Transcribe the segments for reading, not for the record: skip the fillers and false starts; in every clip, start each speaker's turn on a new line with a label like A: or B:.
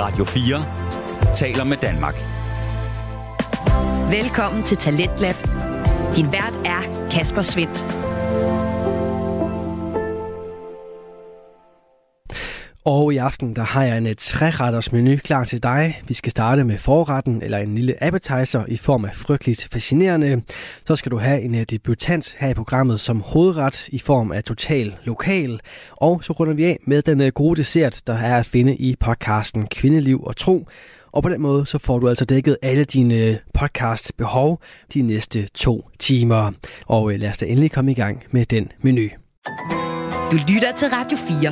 A: Radio 4 taler med Danmark.
B: Velkommen til Talentlab. Din vært er Kasper Svendt.
C: Og i aften der har jeg en 3-retters menu klar til dig. Vi skal starte med forretten eller en lille appetizer i form af frygteligt fascinerende. Så skal du have en debutant her i programmet som hovedret i form af total lokal. Og så runder vi af med den gode dessert, der er at finde i podcasten Kvindeliv og Tro. Og på den måde så får du altså dækket alle dine podcastbehov de næste 2 timer. Og lad os da endelig komme i gang med den menu.
B: Du lytter til Radio 4.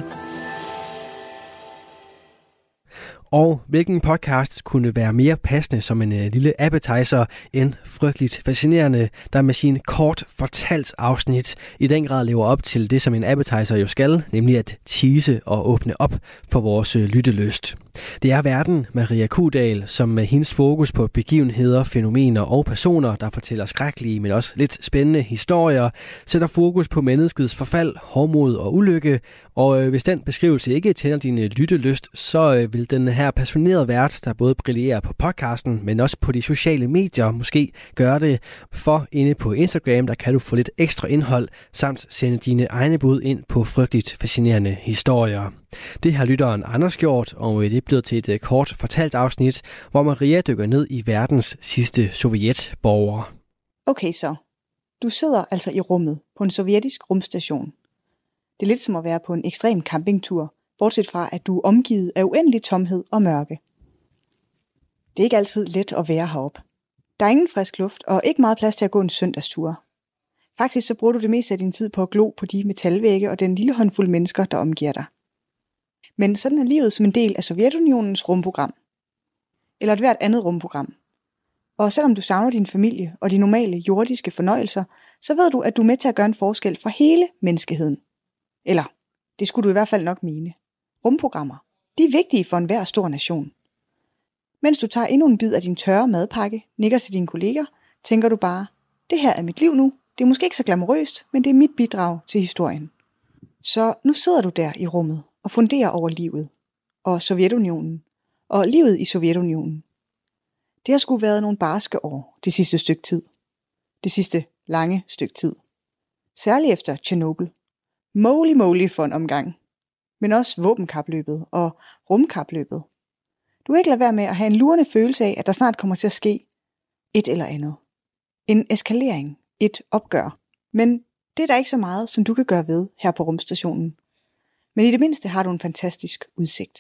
C: Og hvilken podcast kunne være mere passende som en lille appetizer end frygteligt fascinerende, der med sin kort fortalt afsnit i den grad lever op til det, som en appetizer jo skal, nemlig at tease og åbne op for vores lyttelyst. Det er verden Maria Kudal, som med hendes fokus på begivenheder, fænomener og personer, der fortæller skrækkelige, men også lidt spændende historier, sætter fokus på menneskets forfald, hårdmod og ulykke. Og hvis den beskrivelse ikke tænder din lyttelyst, så vil den her passionerede vært, der både brillerer på podcasten, men også på de sociale medier, måske gøre det. For inde på Instagram, der kan du få lidt ekstra indhold, samt sende dine egne bud ind på frygteligt fascinerende historier. Det har lytteren Anders gjort, og det er blevet til et kort fortalt afsnit, hvor Maria dykker ned i verdens sidste sovjetborger.
D: Okay så, du sidder altså i rummet på en sovjetisk rumstation. Det er lidt som at være på en ekstrem campingtur, bortset fra at du er omgivet af uendelig tomhed og mørke. Det er ikke altid let at være heroppe. Der er ingen frisk luft og ikke meget plads til at gå en søndagstur. Faktisk så bruger du det meste af din tid på at glo på de metalvægge og den lille håndfuld mennesker, der omgiver dig. Men sådan er livet som en del af Sovjetunionens rumprogram. Eller et hvert andet rumprogram. Og selvom du savner din familie og de normale jordiske fornøjelser, så ved du, at du er med til at gøre en forskel for hele menneskeheden. Eller, det skulle du i hvert fald nok mene. Rumprogrammer, de er vigtige for enhver stor nation. Mens du tager endnu en bid af din tørre madpakke, nikker til dine kolleger, tænker du bare, det her er mit liv nu. Det er måske ikke så glamourøst, men det er mit bidrag til historien. Så nu sidder du der i rummet og funderer over livet og Sovjetunionen og livet i Sovjetunionen. Det har sgu været nogle barske år det sidste stykke tid. Det sidste lange stykke tid. Særligt efter Tjernobyl. Moly for en omgang. Men også våbenkapløbet og rumkapløbet. Du vil ikke lade være med at have en lurende følelse af, at der snart kommer til at ske et eller andet. En eskalering. Et opgør. Men det er der ikke så meget, som du kan gøre ved her på rumstationen. Men i det mindste har du en fantastisk udsigt.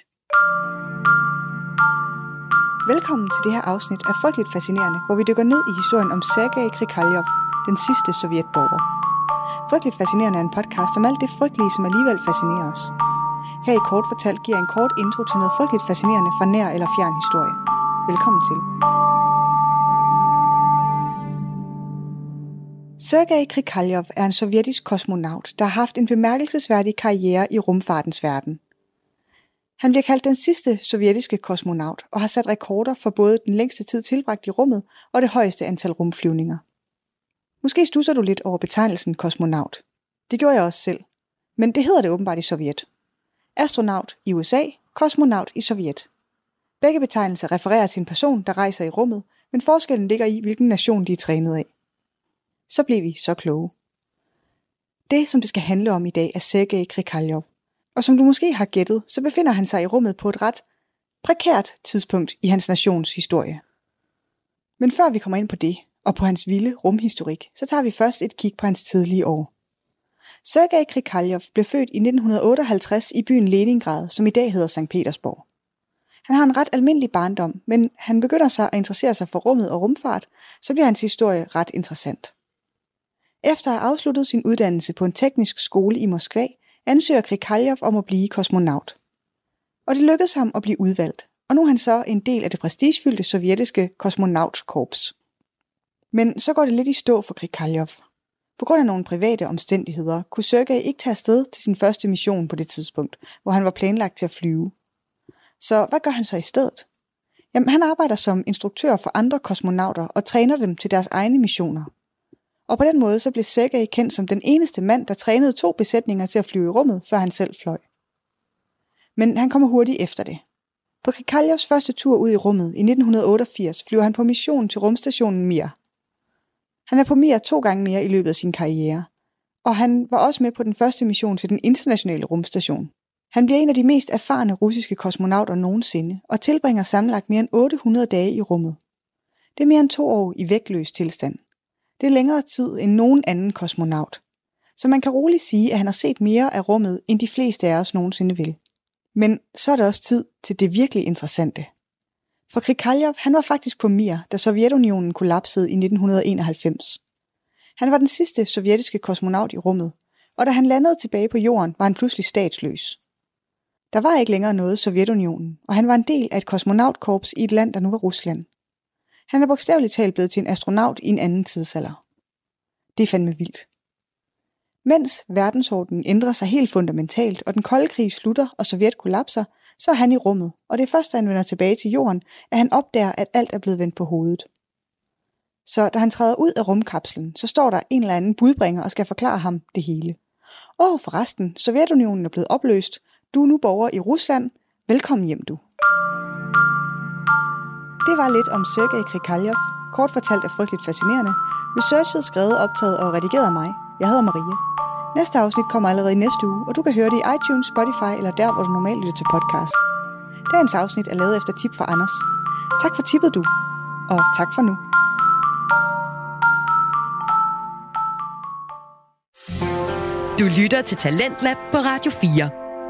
D: Velkommen til det her afsnit af Frygteligt Fascinerende, hvor vi dykker ned i historien om Sergej Krikalev, den sidste sovjetborger. Frygteligt Fascinerende er en podcast om alt det frygtelige, som alligevel fascinerer os. Her i Kort Fortalt giver en kort intro til noget frygteligt fascinerende fra nær eller fjern historie. Velkommen til. Sergej Krikalev er en sovjetisk kosmonaut, der har haft en bemærkelsesværdig karriere i rumfartens verden. Han bliver kaldt den sidste sovjetiske kosmonaut og har sat rekorder for både den længste tid tilbragt i rummet og det højeste antal rumflyvninger. Måske studser du lidt over betegnelsen kosmonaut. Det gjorde jeg også selv. Men det hedder det åbenbart i Sovjet. Astronaut i USA, kosmonaut i Sovjet. Begge betegnelser refererer til en person, der rejser i rummet, men forskellen ligger i, hvilken nation de er trænet af. Så blev vi så kloge. Det, som det skal handle om i dag, er Sergej Krikalev. Og som du måske har gættet, så befinder han sig i rummet på et ret prekært tidspunkt i hans nations historie. Men før vi kommer ind på det, og på hans vilde rumhistorik, så tager vi først et kig på hans tidlige år. Sergej Krikalev blev født i 1958 i byen Leningrad, som i dag hedder Sankt Petersborg. Han har en ret almindelig barndom, men han begynder sig at interessere sig for rummet og rumfart, så bliver hans historie ret interessant. Efter at have afsluttet sin uddannelse på en teknisk skole i Moskva, ansøger Krikalev om at blive kosmonaut. Og det lykkedes ham at blive udvalgt, og nu er han så en del af det prestigefyldte sovjetiske kosmonautkorps. Men så går det lidt i stå for Krikalev. På grund af nogle private omstændigheder kunne Sergej ikke tage afsted til sin første mission på det tidspunkt, hvor han var planlagt til at flyve. Så hvad gør han så i stedet? Jamen, han arbejder som instruktør for andre kosmonauter og træner dem til deres egne missioner. Og på den måde så blev Sergej kendt som den eneste mand, der trænede 2 besætninger til at flyve i rummet, før han selv fløj. Men han kommer hurtigt efter det. På Krikaljovs første tur ud i rummet i 1988 flyver han på mission til rumstationen Mir. Han er på Mir 2 gange mere i løbet af sin karriere, og han var også med på den første mission til den internationale rumstation. Han bliver en af de mest erfarne russiske kosmonauter nogensinde, og tilbringer sammenlagt mere end 800 dage i rummet. Det er mere end 2 år i vægtløs tilstand. Det er længere tid end nogen anden kosmonaut. Så man kan roligt sige, at han har set mere af rummet, end de fleste af os nogensinde vil. Men så er det også tid til det virkelig interessante. For Krikaljov, han var faktisk på Mir, da Sovjetunionen kollapsede i 1991. Han var den sidste sovjetiske kosmonaut i rummet, og da han landede tilbage på jorden, var han pludselig statsløs. Der var ikke længere noget Sovjetunionen, og han var en del af et kosmonautkorps i et land, der nu var Rusland. Han er bogstaveligt talt blevet til en astronaut i en anden tidsalder. Det er fandme vildt. Mens verdensordenen ændrer sig helt fundamentalt, og den kolde krig slutter, og Sovjet kollapser, så er han i rummet, og det er først, da han vender tilbage til jorden, at han opdager, at alt er blevet vendt på hovedet. Så da han træder ud af rumkapslen, så står der en eller anden budbringer og skal forklare ham det hele. Og forresten, Sovjetunionen er blevet opløst. Du er nu borger i Rusland. Velkommen hjem, du. Det var lidt om Sergej Krikaljov. Kort fortalt er frygteligt fascinerende. Researchet, skrevet, optaget og redigeret af mig. Jeg hedder Maria. Næste afsnit kommer allerede i næste uge, og du kan høre det i iTunes, Spotify eller der, hvor du normalt lytter til podcast. Dagens afsnit er lavet efter tip fra Anders. Tak for tippet, du. Og tak for nu.
B: Du lytter til Talentlab på Radio 4.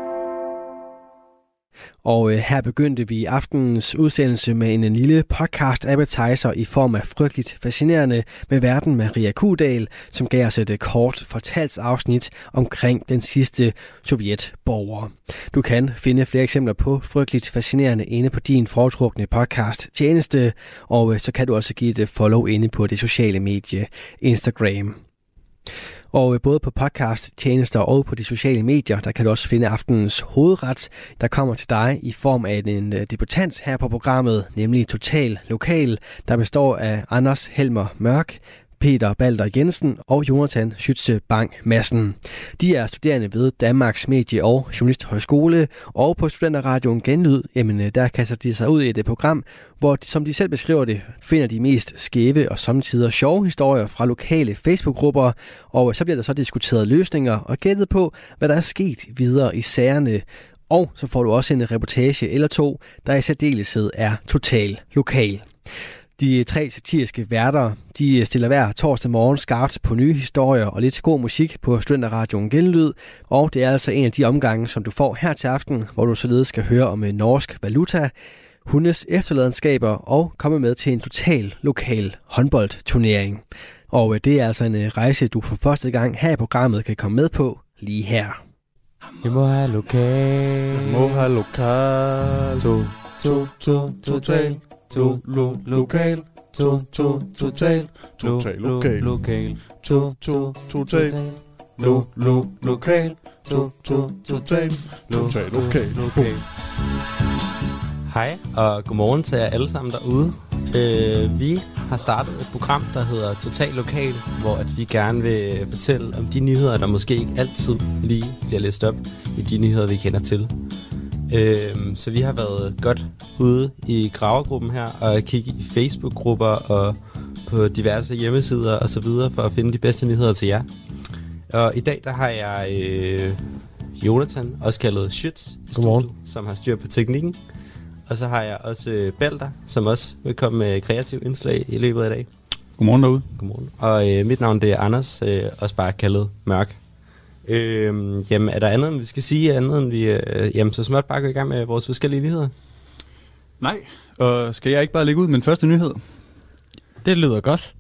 C: Og her begyndte vi aftenens udsendelse med en lille podcast-appetizer i form af frygteligt fascinerende med verden Maria Kudal, som gav os et kort fortalsafsnit omkring den sidste sovjetborger. Du kan finde flere eksempler på frygteligt fascinerende inde på din foretrukne podcast-tjeneste, og så kan du også give et follow inde på det sociale medie Instagram. Og både på podcast-tjenester og på de sociale medier, der kan du også finde aftenens hovedret, der kommer til dig i form af en debutant her på programmet, nemlig Total Lokal, der består af Anders Helmer Mørk, Peter Balder Jensen og Jonathan Schütze Bang Madsen. De er studerende ved Danmarks Medie- og Journalisthøjskole, og på Studenterradioen Genlyd, jamen der kaster de sig ud i et program, hvor de, som de selv beskriver det, finder de mest skæve og samtidig sjove historier fra lokale Facebook-grupper, og så bliver der så diskuteret løsninger og gættet på, hvad der er sket videre i sagerne. Og så får du også en reportage eller to, der i særdeleshed er total lokal. De 3 satiriske værter, de stiller hver torsdag morgen skarpt på nye historier og lidt god musik på Studenterradioen Genlyd, og det er altså en af de omgange, som du får her til aften, hvor du således skal høre om norsk valuta, hundes efterladenskaber og komme med til en total lokal håndboldturnering. Og det er altså en rejse, du for første gang her i programmet kan komme med på lige her.
E: Vi må have lokal.
F: Vi må have lokal. Total. Lokal. Total. Total lokal.
E: Lokal.
F: Total. Lokal. Total lokal.
E: Hej og godmorgen til jer alle sammen derude. Vi har startet et program, der hedder Total Lokal, hvor at vi gerne vil fortælle om de nyheder, der måske ikke altid lige bliver læst op i de nyheder, vi kender til. Så vi har været godt ude i gravergruppen her og kigge i Facebook-grupper og på diverse hjemmesider og så videre for at finde de bedste nyheder til jer. Og i dag der har jeg Jonathan, også kaldet Schütz, i studiet, som har styr på teknikken. Og så har jeg også Balder, som også vil komme med kreativ indslag i løbet af i dag.
F: Godmorgen derude.
E: Godmorgen. Og mit navn det er Anders, også bare kaldet Mørk. Jamen, er der andet, end vi skal sige, andet end vi jamen, så småt bare gå i gang med vores forskellige nyheder?
F: Nej, og skal jeg ikke bare lægge ud min første nyhed?
E: Det lyder godt.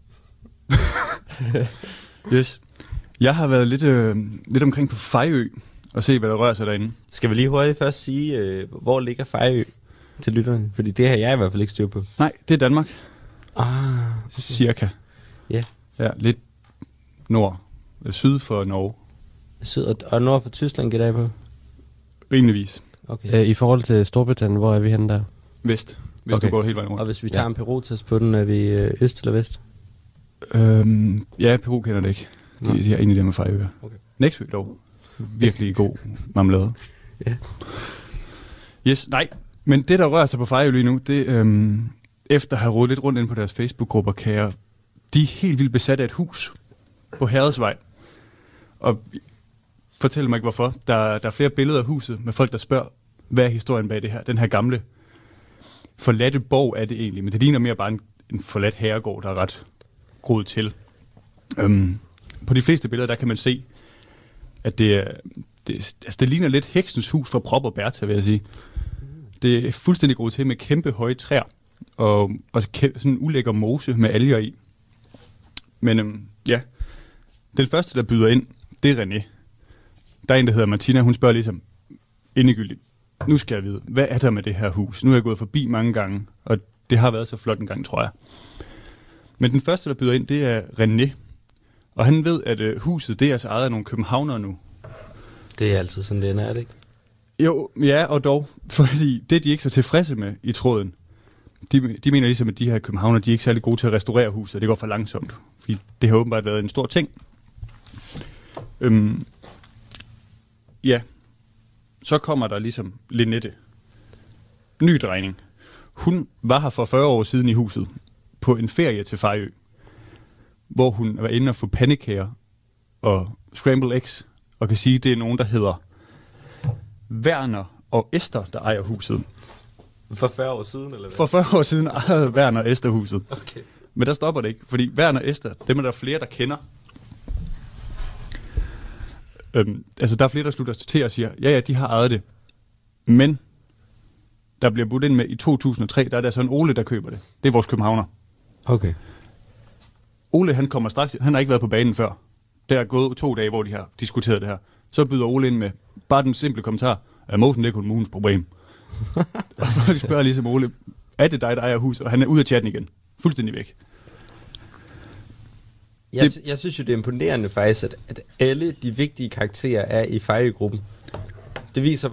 F: Yes. Jeg har været lidt omkring på Fejø og se, hvad der rører sig derinde.
E: Skal vi lige hurtigt først sige, hvor ligger Fejø til lytterne? Fordi det har jeg i hvert fald ikke styr på.
F: Nej, det er Danmark.
E: Okay.
F: Cirka.
E: Ja.
F: Ja, lidt syd for Norge.
E: Syd og nord for Tyskland gætter jeg på?
F: Rimeligvis.
E: Okay.
G: I forhold til Storbritannien, hvor er vi henne der?
F: Vest, hvis du går helt vejen rundt.
E: Og hvis vi tager en Peru-test på den, er vi øst eller vest?
F: Ja, Peru kender det ikke. De er egentlig der med Fejøer. Okay. Næksø dog. Virkelig god marmelade.
E: Ja.
F: Yes, nej. Men det, der rører sig på Fejø lige nu, det efter at have rodet lidt rundt ind på deres Facebook-grupper, de er helt vildt besatte af et hus på Herredsvej. Og fortæl mig ikke hvorfor. Der er flere billeder af huset med folk, der spørger, hvad er historien bag det her? Den her gamle forladte borg er det egentlig, men det ligner mere bare en forladt herregård, der er ret groet til. På de fleste billeder, der kan man se, at det ligner lidt heksens hus fra Prop og Bertha, vil jeg sige. Det er fuldstændig groet til med kæmpe høje træer, og sådan en ulækker mose med alger i. Men den første, der byder ind, det er René. Der er en, der hedder Martina, hun spørger ligesom endegyldigt, nu skal jeg vide, hvad er der med det her hus? Nu er jeg gået forbi mange gange, og det har været så flot en gang, tror jeg. Men den første, der byder ind, det er René. Og han ved, at huset, det er altså ejet af nogle københavnere nu.
E: Det er altid sådan, det ender, er det ikke?
F: Jo, ja, og dog. Fordi det er de ikke så tilfredse med i tråden. De mener ligesom, at de her københavnere, de er ikke særlig gode til at restaurere huset, og det går for langsomt. Fordi det har åbenbart været en stor ting. Så kommer der ligesom Linette. Ny drejning. Hun var her for 40 år siden i huset på en ferie til Fejø, hvor hun var inde og få pandekager og scrambled eggs, og kan sige, at det er nogen, der hedder Werner og Esther, der ejer huset.
E: For 40 år siden, eller hvad?
F: For 40 år siden ejede Werner og Esther huset.
E: Okay.
F: Men der stopper det ikke, fordi Werner og Esther, dem er der flere, der kender. Der er flere, der slutter sig til og siger, ja, de har ejet det. Men der bliver budt ind med i 2003, der er der sådan Ole, der køber det. Det er vores københavner.
E: Okay.
F: Ole, han kommer straks, han har ikke været på banen før. Der er gået 2 dage, hvor de har diskuteret det her. Så byder Ole ind med bare den simple kommentar, at mosen det er kun kommunens problem. Og så de spørger ligesom Ole, er det dig, der ejer hus? Og han er ude af chatten igen. Fuldstændig væk.
E: Jeg synes jo, det er imponerende faktisk, at alle de vigtige karakterer er i Fejø-gruppen. Det viser,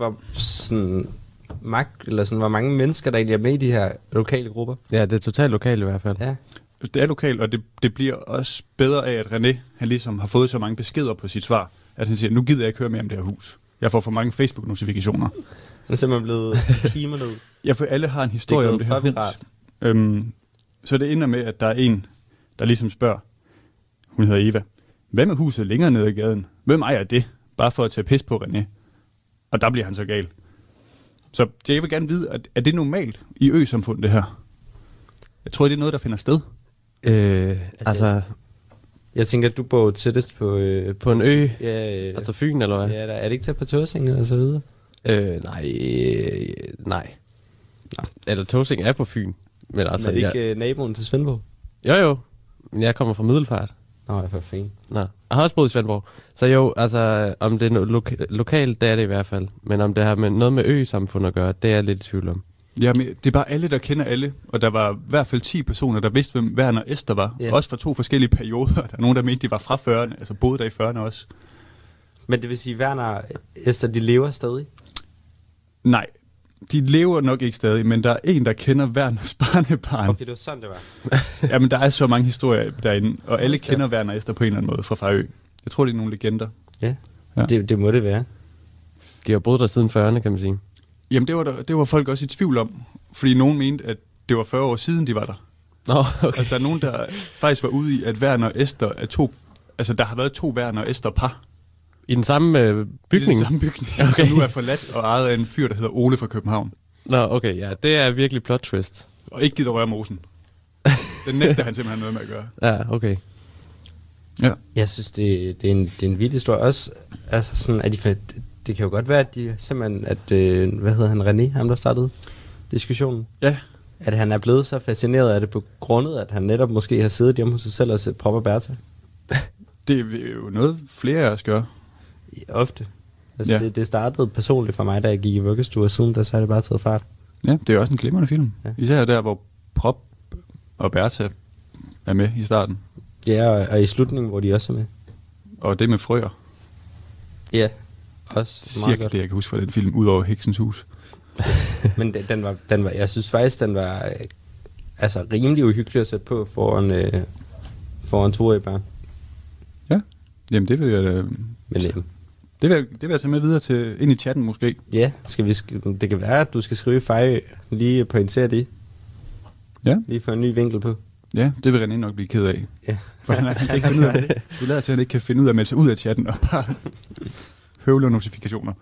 E: hvor mange mennesker, der egentlig er med i de her lokale grupper.
G: Ja, det er totalt lokalt i hvert fald.
E: Ja.
F: Det er lokalt, og det bliver også bedre af, at René, han ligesom har fået så mange beskeder på sit svar, at han siger, nu gider jeg ikke høre mere om det her hus. Jeg får for mange Facebook-notifikationer.
E: Han er simpelthen blevet kimet ud.
F: Ja, for alle har en historie om det her hus. Så det ender med, at der er en, der ligesom spørger, hun hedder Eva, hvad med huset længere nede i gaden? Hvem ejer det? Bare for at tage pis på René. Og der bliver han så gal. Så jeg vil gerne vide, er det normalt i ø-samfund, det her? Jeg tror, det er noget, der finder sted.
E: Jeg tænker, at du bor tættest på
G: en ø?
E: Ja,
G: altså Fyn, eller hvad?
E: Ja, er det ikke tæt på Tåsinge og så videre?
G: Nej. Eller Tåsinge er på Fyn. Men altså,
E: er det ikke naboen til Svendborg?
G: Jo. Men jeg kommer fra Middelfart.
E: Nå, for fint.
G: Nå. Jeg har også boet i Svendborg. Så jo, altså, om det er lokalt, det er det i hvert fald. Men om det har med noget med ø-samfund at gøre, det er jeg lidt i tvivl om.
F: Ja, men det er bare alle, der kender alle. Og der var i hvert fald 10 personer, der vidste, hvem Werner og Esther var. Yeah. Også fra 2 forskellige perioder. Der er nogen, der mente, de var fra 40'erne. Altså boede der i 40'erne også.
E: Men det vil sige, Werner og Esther, de lever stadig?
F: Nej, de lever nok ikke stadig. Men der er en, der kender Werners barnebarn.
E: Okay, det var sådan, det var.
F: Jamen, der er så mange historier derinde. Og alle kender Werner og Esther på en eller anden måde fra Fejø. Jeg tror, det er nogle legender.
E: Ja. Det må det være.
G: De har boet der siden 40'erne, kan man sige. Jamen,
F: det var folk også i tvivl om. Fordi nogen mente, at det var 40 år siden, de var der.
G: Okay.
F: Altså, der er nogen, der faktisk var ude i, at Werner og Esther er 2... Altså, der har været 2 Werner og Esther par.
G: I den samme bygning?
F: I den samme bygning, okay. Som nu er forladt og ejet af en fyr, der hedder Ole fra København.
G: Nå, okay, ja. Det er virkelig plot twist.
F: Og ikke gider røre mosen. Den nægter han simpelthen noget med at gøre.
G: Ja, okay.
F: Ja.
E: Jeg synes, det er en vild historie. Også, altså sådan, at det kan jo godt være, at de simpelthen, hvad hedder han, René, ham der startede diskussionen?
F: Ja.
E: At han er blevet så fascineret af det på grundet, at han netop måske har siddet hjemme hos sig selv og set Prop og Bertha.
F: Det er jo noget flere af os gør.
E: Ja, ofte. Altså, det startede personligt for mig, da jeg gik i vuggestue, og siden da så har det bare taget fart.
F: Ja, det er også en glimrende film.
E: Ja.
F: Især der, hvor Prop og Bertha er med i starten.
E: Ja, og i slutningen, hvor de også er med.
F: Og det med frøer.
E: Ja, også
F: cirka det, jeg kan huske fra den film, udover Heksens Hus.
E: Men den var, jeg synes faktisk, den var altså rimelig uhyggelig at sætte på foran 2-årige børn.
F: Ja, jamen det vil jeg da...
E: Men
F: Det vil jeg tage med videre ind i chatten måske.
E: Ja, det kan være, at du skal skrive Fejø, lige pointere det.
F: Ja.
E: Lige få en ny vinkel på.
F: Ja, det vil René nok blive ked af.
E: Ja.
F: For han kan ikke finde ud af det. Det lader til, at han ikke kan finde ud af at melde sig ud af chatten og bare høvle notifikationer.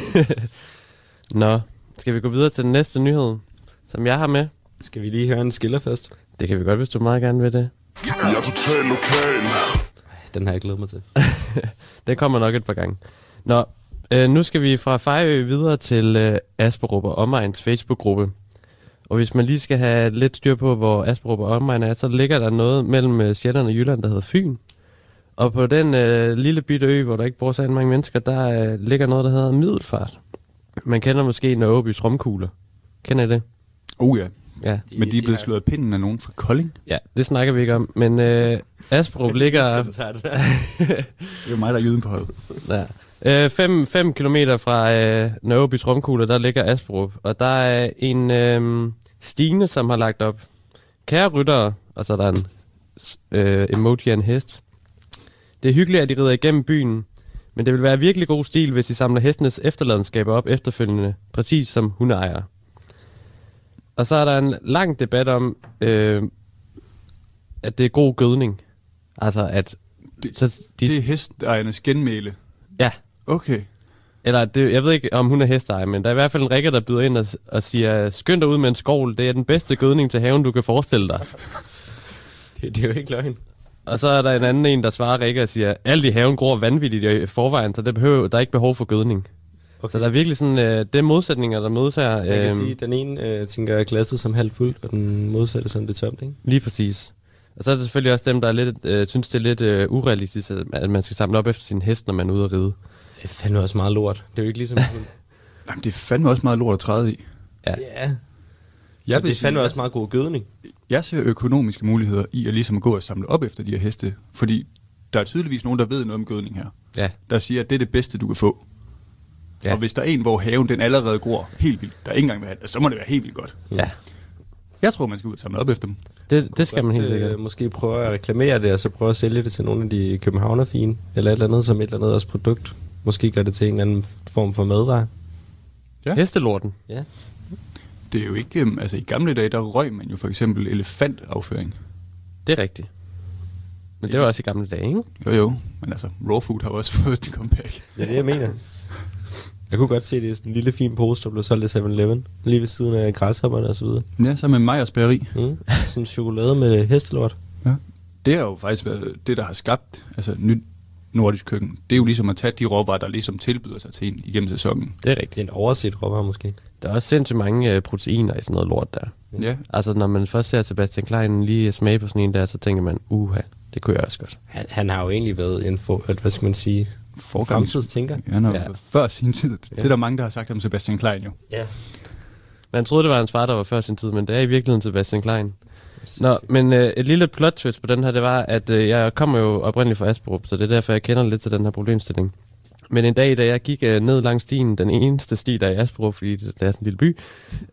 G: Nå, skal vi gå videre til den næste nyhed, som jeg har med?
E: Skal vi lige høre en skiller først?
G: Det kan vi godt, hvis du meget gerne vil det.
H: Jeg er totalt lokal.
E: Den har jeg glædet mig til.
G: Det kommer nok et par gange. Nå, nu skal vi fra Fejø videre til Asperup og Omegns Facebook-gruppe. Og hvis man lige skal have lidt styr på, hvor Asperup og Omegn er, så ligger der noget mellem Sjælland og Jylland, der hedder Fyn. Og på den lille bitte ø, hvor der ikke bor så mange mennesker, der ligger noget, der hedder Middelfart. Man kender måske Nørrebys romkugler. Kender I det?
F: Ja.
G: Ja.
F: Men de er blevet slået af pinden af nogen fra Kolding.
G: Ja, det snakker vi ikke om. Men Asperup ligger...
F: Det er jo mig, der er jyden på højde.
G: Ja. 5 kilometer fra Nørrebys romkugler, der ligger Asperup. Og der er en Stine, som har lagt op. Kære ryttere, og så er der en emoji af en hest. Det er hyggeligt, at I rider igennem byen, men det vil være virkelig god stil, hvis I samler hestenes efterladenskaber op efterfølgende, præcis som hundeejere. Og så er der en lang debat om, at det er god gødning. Altså at...
F: Det er hesteejernes genmæle.
G: Ja.
F: Okay.
G: Eller jeg ved ikke, om hun er hesteejer, men der er i hvert fald en Rikke, der byder ind og siger, skynd dig ud med en skovl, det er den bedste gødning til haven, du kan forestille dig.
E: Det er jo ikke løgn.
G: Og så er der en anden en, der svarer Rikke og siger, alt i haven gror vanvittigt i forvejen, så der er ikke behov for gødning. Okay. Så der er virkelig sådan, det er modsætninger, der mødes her.
E: Jeg kan sige, at den ene tænker glasset som halvt fuldt, og den modsatte som det tomt, ikke?
G: Lige præcis. Og så er der selvfølgelig også dem, der er lidt, synes, det er lidt urealistisk, at man skal samle op efter sin hest, når man er ude at ride.
E: Det er fandme også meget lort. Det er jo ikke ligesom...
F: Jamen, det er fandme også meget lort at træde i.
E: Ja. Det er fandme også meget god gødning.
F: Jeg ser økonomiske muligheder i at ligesom gå og samle op efter de her heste, fordi der er tydeligvis nogen, der ved noget om gødning her.
G: Ja.
F: Der siger, at det er det bedste, du kan få.
G: Ja.
F: Og hvis der er en, hvor haven den allerede gror helt vildt, der ikke engang vil have det, så må det være helt vildt godt.
G: Ja.
F: Jeg tror, man skal ud og samle op efter dem.
G: Det skal man helt sikkert.
E: Måske prøve at reklamere det, og så prøve at sælge det til nogle af de københavnerfine, eller et eller andet som et eller andet også produkt. Måske gør det til en anden form for madvare.
G: Ja. Hestelorten.
E: Ja.
F: Det er jo ikke... Altså, i gamle dage, der røg man jo for eksempel elefantafføring.
G: Det er rigtigt. Men det var også i gamle dage, ikke?
F: Jo. Men altså, raw food har også fået et comeback.
E: Ja, det jeg mener. Jeg kunne godt se, det er sådan en lille fin pose, der blev solgt af 7-Eleven. Lige ved siden af græshopperne og så videre.
F: Ja, så med Meyers bageri.
E: Sådan chokolade med hestelort.
F: Ja. Det har jo faktisk været det, der har skabt nyt nordisk køkken. Det er jo ligesom at tage de råvarer, der ligesom tilbyder sig til en igennem sæsonen.
G: Det er rigtigt.
E: Det er en overset råvarer måske.
G: Der er også sindssygt mange proteiner i sådan noget lort der.
F: Ja.
G: Altså når man først ser Sebastian Klein lige smage på sådan en der, så tænker man, det kunne jeg også godt.
E: Han har jo egentlig været en hvad skal man sige, fremtidstænker.
F: Ja, han har været før sin tid. Det er der mange, der har sagt om Sebastian Klein jo.
E: Ja.
G: Man troede, det var hans far, der var før sin tid, men det er i virkeligheden Sebastian Klein. Nå, men et lille plot twist på den her, det var, at jeg kommer jo oprindeligt fra Asperup, så det er derfor, jeg kender lidt til den her problemstilling. Men en dag, da jeg gik ned langs stien, den eneste sti, der er i Asperup, fordi det er sådan en lille by,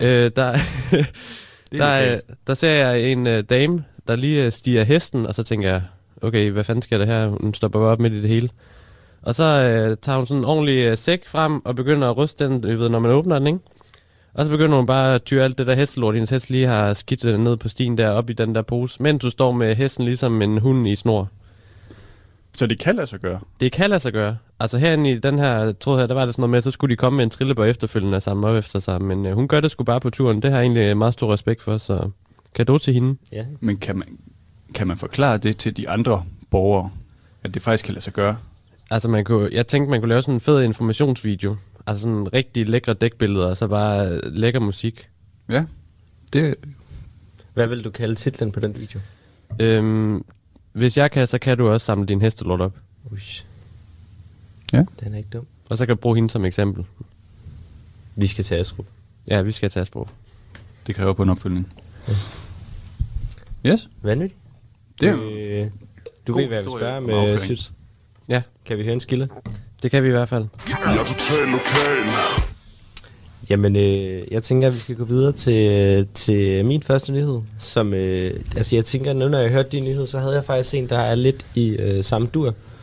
G: der ser jeg en dame, der lige stiger hesten, og så tænker jeg, okay, hvad fanden sker der her? Hun stopper bare op midt i det hele. Og så tager hun sådan en ordentlig sæk frem, og begynder at ryste den, når man åbner den, ikke? Og så begynder hun bare at tyre alt det der hestelort, hendes hest lige har skidt ned på stien der, op i den der pose, mens du står med hesten ligesom en hund i snor.
F: Så det kan lade sig gøre?
G: Det kan lade sig gøre. Altså herinde i den her tråd her, der var det sådan noget med, så skulle de komme med en trillebør efterfølgende og samle op efter sig. Men hun gør det sgu bare på turen. Det har jeg egentlig meget stor respekt for, så cadeau til hende.
E: Ja.
F: Men kan man forklare det til de andre borgere, at det faktisk kan lade sig gøre?
G: Altså jeg tænkte, man kunne lave sådan en fed informationsvideo. Altså sådan rigtig lækre dækbilleder, og så bare lækker musik.
F: Ja, det...
E: Hvad vil du kalde titlen på den video?
G: Hvis jeg kan, så kan du også samle din hestelort op.
E: Ush.
F: Ja.
E: Den er ikke dum.
G: Og så kan du bruge hende som eksempel.
E: Vi skal til Asperup.
G: Ja, vi skal til Asperup.
F: Det kræver på en opfølgning. Ja. Yes.
E: Vanvittigt.
F: Det er
E: du ved, hvad jeg vil spørge med Syds.
G: Ja.
E: Kan vi høre en skiller?
G: Det kan vi i hvert fald.
H: Jeg er totalt lokal.
E: Jamen, jeg tænker, at vi skal gå videre til min første nyhed, som, jeg tænker, nu når jeg hørte din nyhed, så havde jeg faktisk en, der er lidt i samme dur.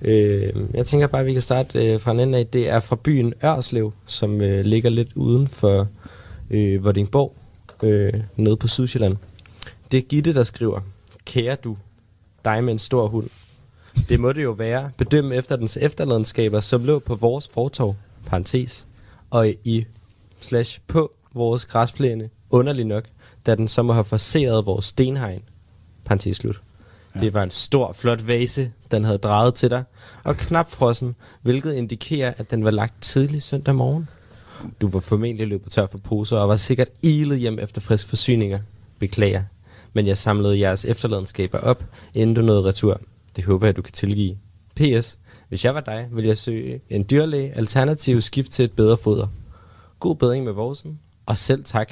E: Jeg tænker bare, at vi kan starte fra en ende af. Det er fra byen Ørslev, som ligger lidt uden for Vordingborg, nede på Sydsjælland. Det er Gitte, der skriver: Kære du, dig med en stor hund. Det må det jo være. Bedømme efter dens efterladenskaber, som lå på vores fortov, parentes, og på vores græsplæne, underlig nok, da den så må have forseret vores stenhegn, parentes slut. Ja. Det var en stor, flot vase, den havde drejet til dig, og knap frossen, hvilket indikerer, at den var lagt tidlig søndag morgen. Du var formentlig løbet tør for poser, og var sikkert ilet hjem efter friske forsyninger. Beklager, men jeg samlede jeres efterladenskaber op, inden du nåede retur. Det håber jeg, du kan tilgive. PS. Hvis jeg var dig, ville jeg søge en dyrlæge, alternativ skift til et bedre foder. God bedring med vorsen, og selv tak.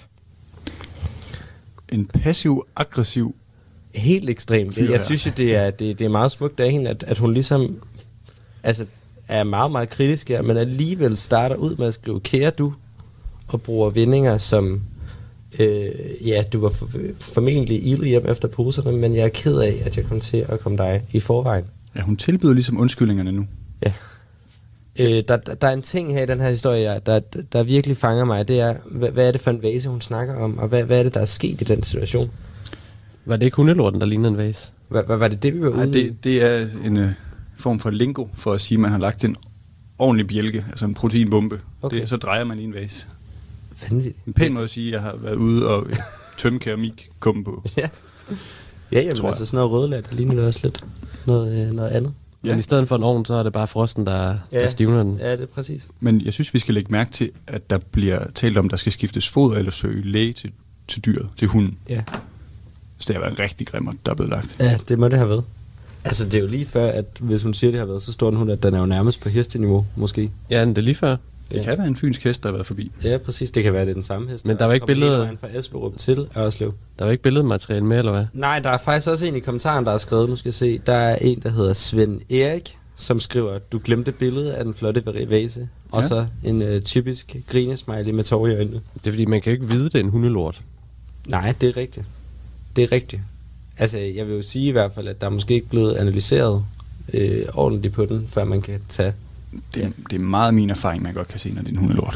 F: En passiv-aggressiv.
E: Helt ekstremt. Jeg synes jo, det er meget smukt af hende, at hun ligesom er meget, meget kritisk her, men alligevel starter ud med at skrive kære du, og bruger vendinger som du var formentlig ilet hjem efter poserne, men jeg er ked af, at jeg kom til at komme dig i forvejen.
F: Ja, hun tilbyder ligesom undskyldningerne nu.
E: Ja. Der er en ting her i den her historie, der virkelig fanger mig. Det er, hvad er det for en vase, hun snakker om, og hvad er det, der er sket i den situation?
G: Var det ikke hundelorten, der lignede en vase?
E: Var det, vi var ude i?
F: Det er en form for lingo, for at sige, at man har lagt en ordentlig bjælke, altså en proteinbombe. Okay. Så drejer man i en vase.
E: Vanvittigt.
F: En pæn måde at sige, at jeg har været ude og tømme keramik komme på.
E: Ja, jamen altså sådan noget rødlat, der ligner det også lidt noget andet.
G: Ja. Men i stedet for en ovn, så er det bare frosten, der stivner den.
E: Ja, det er præcis.
F: Men jeg synes, vi skal lægge mærke til, at der bliver talt om, der skal skiftes foder eller søge læge til dyret, til hunden.
E: Ja.
F: Så det har været en rigtig grimmer, der er blevet lagt.
E: Ja, det må det have været. Altså, det er jo lige før, at hvis hun siger, det har været, så står den hund, at den er jo nærmest på hesteniveau, måske.
G: Ja, det er lige før.
F: Det kan være en fynsk hest, der har været forbi.
E: Ja, præcis. Det kan være, det er den samme hest.
G: Men der var ikke billeder
E: fra Esbjerg til Ørslev.
G: Der var ikke billedmateriale med, eller hvad?
E: Nej, der er faktisk også en i kommentaren, der er skrevet, nu skal jeg se. Der er en, der hedder Svend Erik, som skriver, du glemte billedet af den flotte vase. Og så en typisk grinesmiley med tår i øjnene.
G: Det er fordi, man kan jo ikke vide, det er en hundelort.
E: Nej, det er rigtigt. Det er rigtigt. Altså, jeg vil jo sige i hvert fald, at der er måske ikke blevet analyseret ordentligt på den, før man kan tage...
F: Det er meget min erfaring, man godt kan se, når det er en hundelort.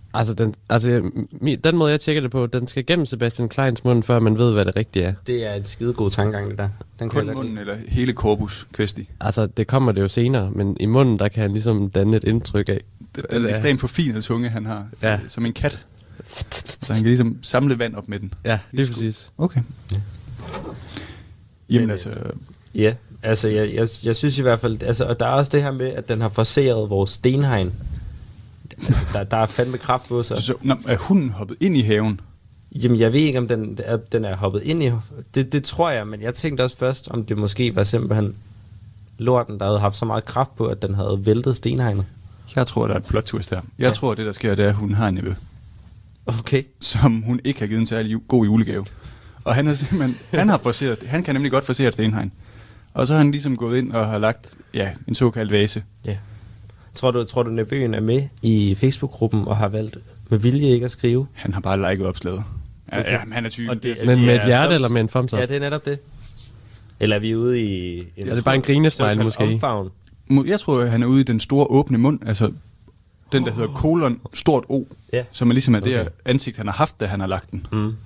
G: Den måde, jeg tjekker det på, den skal gennem Sebastian Kleins mund, før man ved, hvad det rigtige er.
E: Det er et skidegod tankegang, det der. Den
F: kun munden eller hele corpus questi?
G: Altså, det kommer det jo senere, men i munden, der kan han ligesom danne et indtryk af.
F: Den ekstremt forfinede tunge, han har. Ja. Som en kat. Så han kan ligesom samle vand op med den.
G: Ja, det er præcis.
F: Okay. Ja. Jamen altså...
E: Ja, altså jeg synes i hvert fald, altså, og der er også det her med, at den har forseret vores stenhegn. Altså, der er fandme kraft på sig.
F: Så er hunden hoppet ind i haven?
E: Jamen, jeg ved ikke, om den er hoppet ind i... Det tror jeg, men jeg tænkte også først, om det måske var simpelthen lorten, der havde haft så meget kraft på, at den havde væltet stenhegnet.
F: Jeg tror, der er et plot twist her. Jeg tror, det der sker, det er, at hun har en nevø.
E: Okay.
F: Som hun ikke har givet en særlig god julegave. Og han har simpelthen... Han kan nemlig godt forsere stenhegn. Og så har han ligesom gået ind og har lagt en såkaldt vase.
E: Ja. Tror du nevøen er med i Facebook-gruppen og har valgt med vilje ikke at skrive?
F: Han har bare liket opslaget. Okay. Ja, han er typen.
G: Men med et hjerte eller med en thumbs up?
E: Ja, det er netop det. Eller er vi ude i...
G: det er bare en grinesmile måske.
E: Omfavn.
F: Jeg tror, han er ude i den store åbne mund. Altså den, der hedder kolon, stort O. Ja. Som er ligesom det ansigt, han har haft, da han har lagt den. Mm.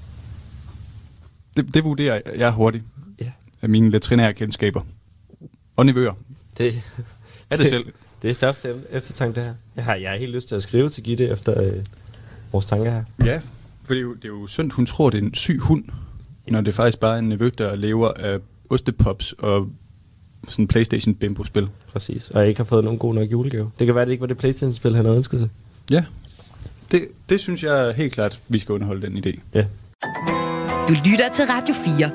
F: Det vurderer jeg hurtigt. Ja. Af mine veterinære kendskaber. Og nevøer.
E: Det
F: er det selv.
E: Det er stof til eftertanke, det her. Jeg har helt lyst til at skrive til Gitte efter vores tanker her.
F: Ja, for det er jo synd, hun tror, det er en syg hund, når det faktisk bare er en nevø, der lever af ostepops og sådan en PlayStation Bimbo-spil.
E: Præcis, og jeg ikke har fået nogen god nok julegave. Det kan være, det ikke var det PlayStation-spil, han havde ønsket sig.
F: Ja, det synes jeg helt klart, vi skal underholde den idé.
E: Ja.
B: Du lytter til Radio 4.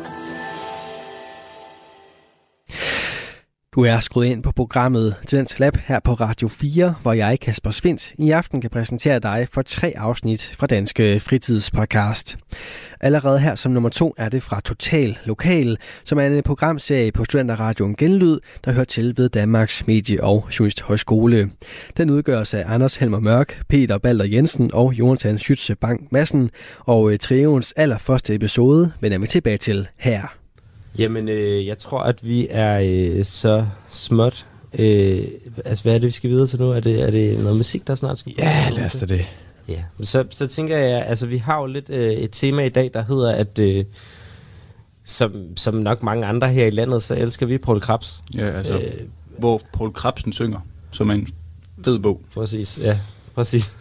C: Du er skruet ind på programmet Tidens Lab her på Radio 4, hvor jeg, Kasper Svindt, i aften kan præsentere dig for 3 afsnit fra Danske Fritidspodcast. Allerede her som nummer 2 er det fra Total Lokal, som er en programserie på Studenterradioen Genlyd, der hører til ved Danmarks Medie- og Journalisthøjskole. Den udgøres af Anders Helmer Mørk, Peter Balder Jensen og Jonathan Schütze Bank Madsen, og trioens allerførste episode vender vi tilbage til her.
E: Jamen, jeg tror, at vi er så småt Altså, hvad er det, vi skal videre til nu? Er det noget musik, der snart skal...
G: Ja, lad os da det.
E: Ja, så tænker jeg, altså vi har jo lidt et tema i dag, der hedder, at som nok mange andre her i landet, så elsker vi Poul Krebs.
F: Ja, altså, hvor Poul Krebsen synger, som en fed bog.
E: Præcis, ja, præcis.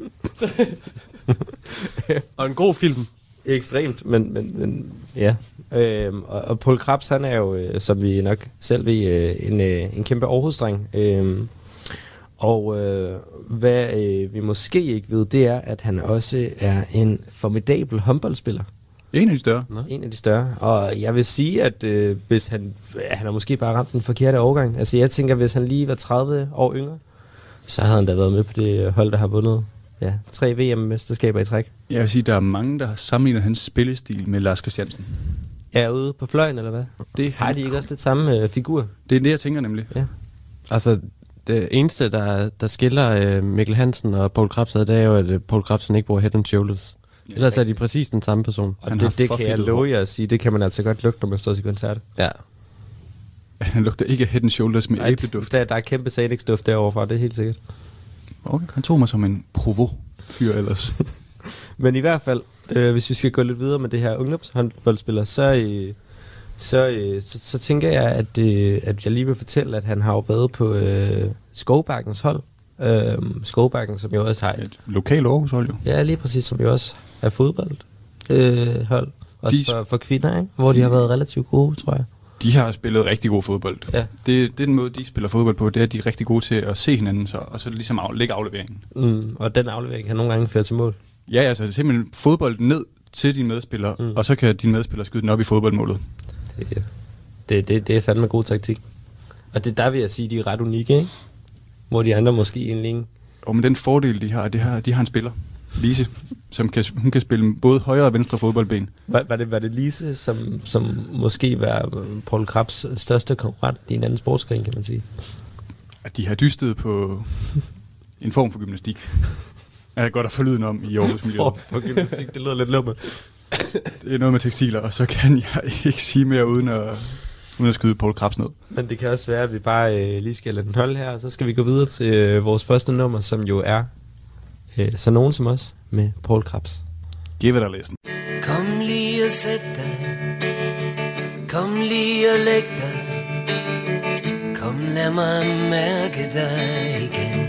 G: Og en god film.
E: Ekstremt, men ja. Og Poul Krebs, han er jo, som vi nok selv ved, en kæmpe Aarhus-dreng. Og hvad vi måske ikke ved, det er, at han også er en formidabel håndboldspiller.
F: En af de større.
E: En af de større. Og jeg vil sige, at hvis han har måske bare ramt den forkerte årgang. Altså jeg tænker, hvis han lige var 30 år yngre, så havde han da været med på det hold, der har vundet 3 VM-mesterskaber i træk.
F: Jeg vil sige, der er mange, der har sammenlignet hans spillestil med Lars Christiansen.
E: Er ude på fløjen, eller hvad?
F: Det
E: har de ikke også lidt samme figur?
F: Det er det, jeg tænker nemlig.
E: Ja.
G: Altså, det eneste, der skiller Mikkel Hansen og Poul Krebs ad, det er jo, at Poul Krebsen ikke bruger Head and Shoulders. Ja, ellers er de præcis den samme person.
E: Og det kan jeg love jer at sige, det kan man altså godt lugte, når man står til koncert.
G: Ja.
F: Han lugter ikke Head and Shoulders med æbleduft.
E: Der er kæmpe Xanax-duft deroverfra, det er helt sikkert.
F: Okay, han tog mig som en provo-fyr ellers.
E: Men i hvert fald, hvis vi skal gå lidt videre med det her ungdomshåndboldspiller, så tænker jeg, at jeg lige vil fortælle, at han har jo været på Skovbakkens hold. Skovbakken, som jo også har
F: et lokalt Aarhus-hold jo. Ja,
E: lige præcis, som jo også er fodboldhold. Også for kvinder, ikke? Hvor de har været relativt gode, tror jeg.
F: De har spillet rigtig god fodbold. Ja. Det er den måde, de spiller fodbold på, det er, at de er rigtig gode til at se hinanden, og så ligesom lægge afleveringen.
E: Og den aflevering kan nogle gange føre til mål.
F: Ja, altså det er simpelthen fodbold ned til dine medspillere, og så kan dine medspillere skyde den op i fodboldmålet.
E: Det er fandme god taktik. Og det der vil jeg sige, de er ret unikke, ikke? Hvor de andre måske egentlig...
F: Men den fordel, de har en spiller, Lise, hun kan spille både højre og venstre fodboldben.
E: Var det Lise, som måske var Poul Krebs største konkurrent i en anden sportsgren, kan man sige?
F: At de har dystet på en form for gymnastik. Er godt at få lyden om i Aarhus miljøet.
E: Form for gymnastik, det lyder lidt lummet.
F: Det er noget med tekstiler, og så kan jeg ikke sige mere uden at skyde Poul Krebs ned.
E: Men det kan også være, at vi bare lige skal lade den holde her, og så skal vi gå videre til vores første nummer, som jo er så nogen som os med Poul Krebs.
F: Giv it a listen.
I: Kom lige og sæt dig. Kom lige og læg dig. Kom lad mig mærke dig igen.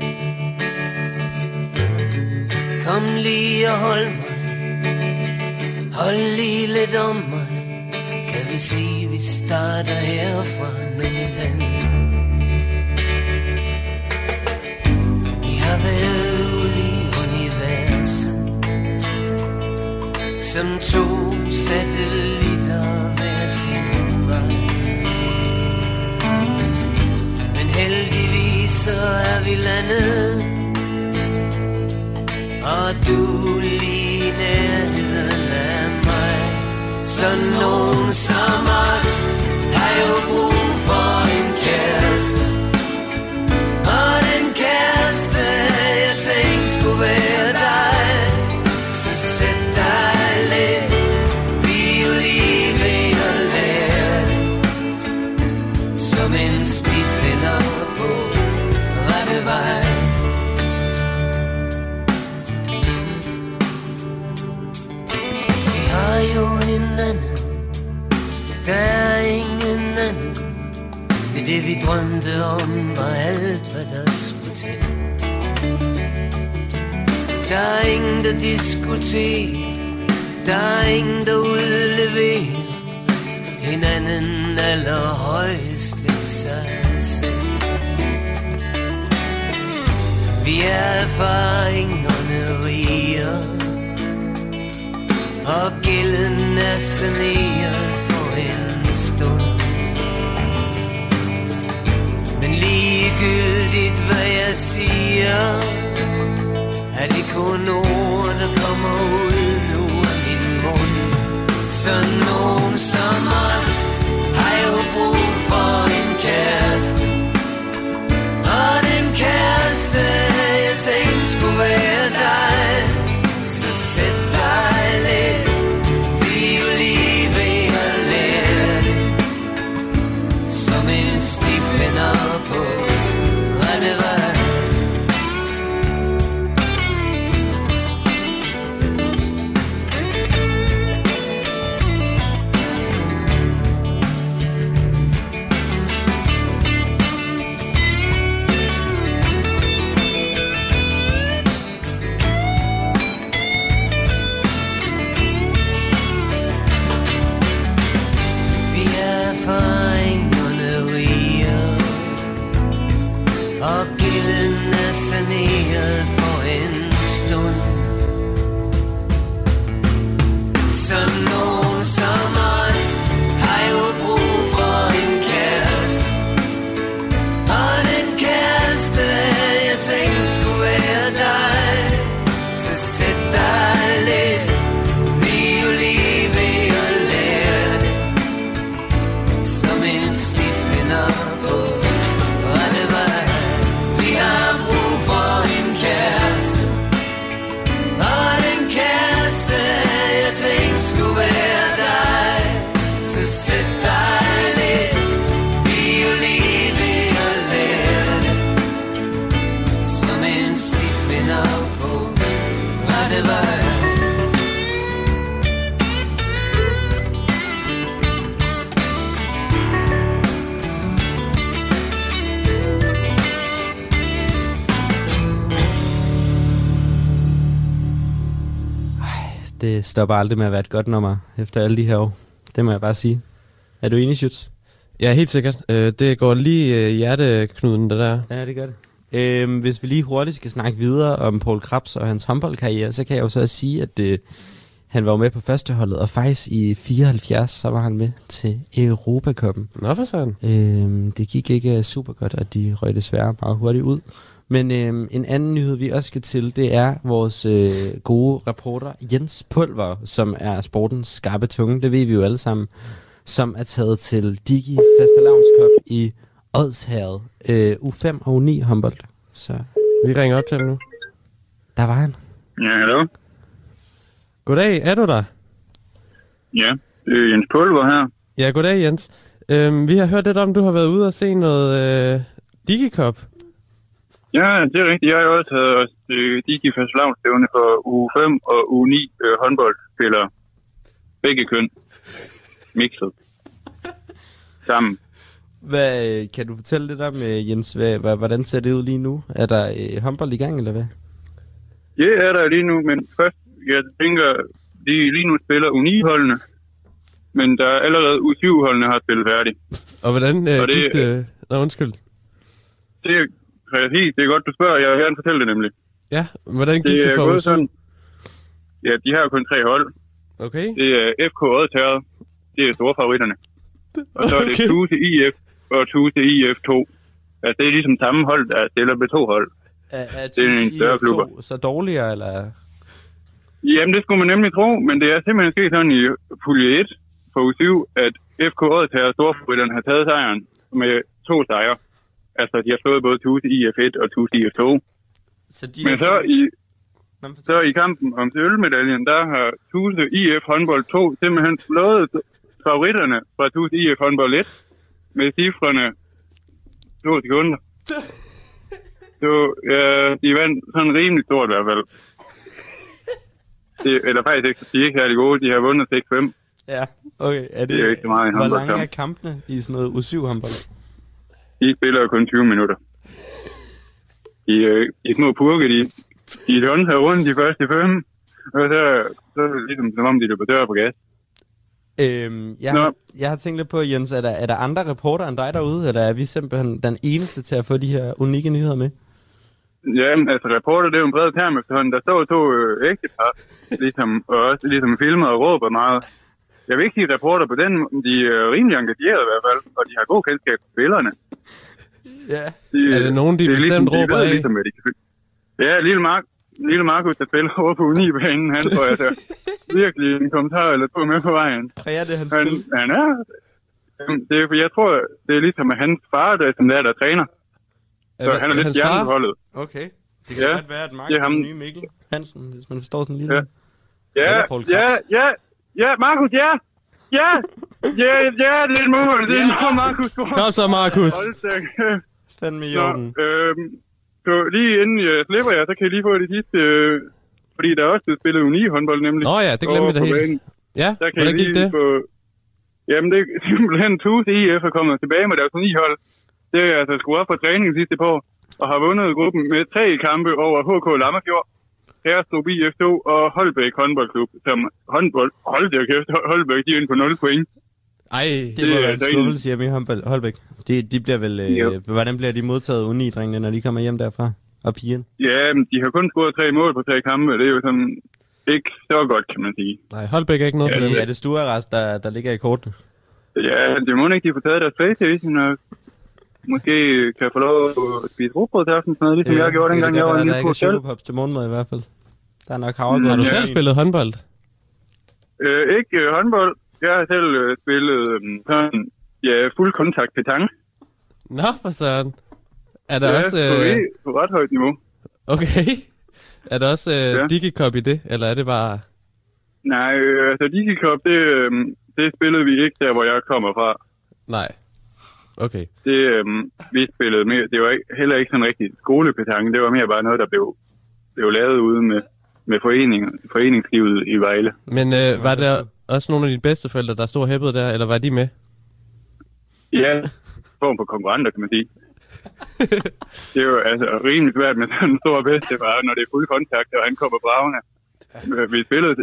I: Kom lige og hold mig. Hold lige lidt om mig. Kan vi sige, vi starter herfra med min ven. Vi har været ude i universet som to satellitter hver sin vej. Men heldigvis så er vi landet, og du lige i nærheden af mig. Så nogen som os har jo brug for en kæreste, og den kæreste jeg tænkte skulle være dig. Så sæt dig lidt, vi er jo lige ved at lære det, som en stifinder på rette vej. Vi har jo hinanden, der er ingen anden. Men det vi drømte om var alt hvad der skulle til. Der er ingen der diskuterer, der er ingen der udleverer hinanden allerhøjst lidt sig selv. Vi er erfaringerne riger, og gælden er saneret for en stund. Men ligegyldigt hvad jeg siger, er det kun ord der kommer ud nu af min mund. Så nogen som os har jo brug for en kæreste, og den kæreste jeg tænkte skulle være dig. Så sæt dig lidt, vi er jo lige ved at lære det, som en stifinder på
E: Det stopper aldrig med at være et godt nummer efter alle de her år. Det må jeg bare sige. Er du enig, Schütz?
G: Ja, helt sikkert. Det går lige hjerteknuden, det der.
E: Ja, det gør det. Hvis vi lige hurtigt skal snakke videre om Poul Krebs og hans håndboldkarriere, så kan jeg jo så sige, at han var med på førsteholdet, og faktisk i 74, så var han med til Europacupen.
G: Nå, for sådan.
E: Det gik ikke super godt, og de røg desværre meget hurtigt ud. Men en anden nyhed, vi også skal til, det er vores gode reporter Jens Pulver, som er sportens skarpe tunge, det ved vi jo alle sammen, som er taget til Digi Fastelavnscup i Odsherred, U5 og U9 håndbold. Så
G: vi ringer op til ham nu.
E: Der var han.
J: Ja, hallo.
G: Goddag, er du der?
J: Ja, det er Jens Pulver her.
G: Ja, goddag Jens. Vi har hørt lidt om, du har været ude og se noget Digi-cup.
J: Ja, det er rigtigt. Jeg har jo også taget Digi Fastelavnsstævne for U5 og U9 håndboldspillere. Begge køn. Mixet. Sammen.
E: Hvad, kan du fortælle lidt om, Jens, hvordan ser det ud lige nu? Er der håndbold i gang, eller hvad?
J: Det er der lige nu, men først, jeg tænker, de lige nu spiller U9-holdene, men der er allerede U7-holdene har spillet færdigt.
G: Og hvordan gik det? Nå, undskyld.
J: Det er præcis, det er godt, du spørger. Jeg vil gerne fortælle det nemlig.
G: Ja, hvordan gik det for U7?
J: Sådan, ja, de har kun 3 hold.
G: Okay.
J: Det er FK Odsherred. Det er store favoritterne. Og så er det Tuse IF og Tuse IF 2. Altså, det er ligesom samme hold, der stiller med 2 hold.
E: Er
J: det er en større klub.
E: Så dårligere, eller?
J: Jamen, det skulle man nemlig tro, men det er simpelthen sket sådan i pulje 1 for U7, at FK Odsherred storfavoritterne har taget sejren med 2 sejre. Altså, de har slået både Tuse IF 1 og Tuse IF 2. Men så i kampen om sølvmedaljen, der har Tuse IF håndbold 2 simpelthen slået favoritterne fra Tuse IF håndbold 1 med cifrene 2 sekunder. Så de vandt sådan rimelig stort i hvert fald. Eller faktisk ikke, de er ikke særlig gode. De har vundet 6-5.
E: Ja, okay. Det er jo ikke så meget i håndbold. Hvor lange er kampene i sådan noget U7 håndbold?
J: De spiller kun 20 minutter. De små purke, de donser rundt de første 5, og så er det ligesom, som om de løber dør på gas.
E: Jeg har tænkt lidt på, Jens, er der andre reporter end dig derude, eller er vi simpelthen den eneste til at få de her unikke nyheder med?
J: Ja, altså reporter, det er jo en bred term efterhånden. Der står 2 ægtepar, ligesom, og også ligesom filmer og råber meget. Jeg vil ikke sige reporter på den, de er rimelig engageret i hvert fald, og de har god kendskab til spillerne.
G: Ja. Er det nogen, de bestemt ligesom, råber af?
J: Ligesom, ja, Lille Markus, der spiller over på Uni-banen, han får altså virkelig en kommentar eller 2 med på vejen.
E: Præger det hans spil?
J: Han er. Jeg tror, det er ligesom hans far, der der træner. Så han er lidt hjerneholdet.
E: Okay. Det kan godt være, at Markus er den nye Mikkel Hansen, hvis man forstår sådan lidt.
J: Ja, Markus, ja, det er et mål. Det er et mål, Markus.
G: Kom så, Markus.
E: Fandme i orden.
J: Så lige inden jeg slipper jer, så kan I lige få det sidste, fordi der er også blevet spillet U9-håndbold nemlig.
G: Nå ja, det glemte vi da helt. Ja, hvordan gik det?
J: Jamen, det er simpelthen Tuse IF er kommet tilbage med deres U9-hold. Det er altså skruet op på træningen sidste på, og har vundet gruppen med 3 kampe over HK Lammerfjord, Herstrup IF2 og Holbæk håndboldklub, som Holbæk, de er inde på 0 point.
E: Ej, det må være en skuffelse hjemme i Holbæk. De bliver vel... hvordan bliver de modtaget U9-drengene, når de kommer hjem derfra? Og pigen?
J: Ja, de har kun scoret 3 mål på 3 kampe, det er jo sådan ikke så godt, kan man sige.
G: Nej, Holbæk er ikke noget for dem.
E: Er det stuearrest, der ligger i kortene?
J: Ja, det må ikke, de får taget deres PlayStation, og måske kan få lov at spise rugbrød til aften, sådan noget, ligesom jeg gjorde dengang, jeg var en lille på selv.
E: Der er ikke chokopops til morgenmad i hvert fald. Der er nok havregrød.
G: Har du selv spillet håndbold?
J: Ikke håndbold. Jeg har selv spillet fuld kontakt petanque.
G: Nå, for søren. Er der også...
J: på ret højt niveau.
G: Okay. Er der også Digi-cup i det, eller er det bare...
J: Nej, altså Digi-cup, det spillede vi ikke der, hvor jeg kommer fra.
G: Nej. Okay.
J: Vi spillede mere... Det var heller ikke sådan rigtig skolepetanque. Det var mere bare noget, der blev lavet ude med foreningslivet i Vejle.
G: Men var der også nogle af dine bedsteforældre, der stod og hæppede der, eller var de med?
J: Ja, form for konkurrenter, kan man sige. Det er jo altså rimelig svært med sådan en stor bedstefar, når det er fuld kontakt, og han kommer bravende. Vi spillede,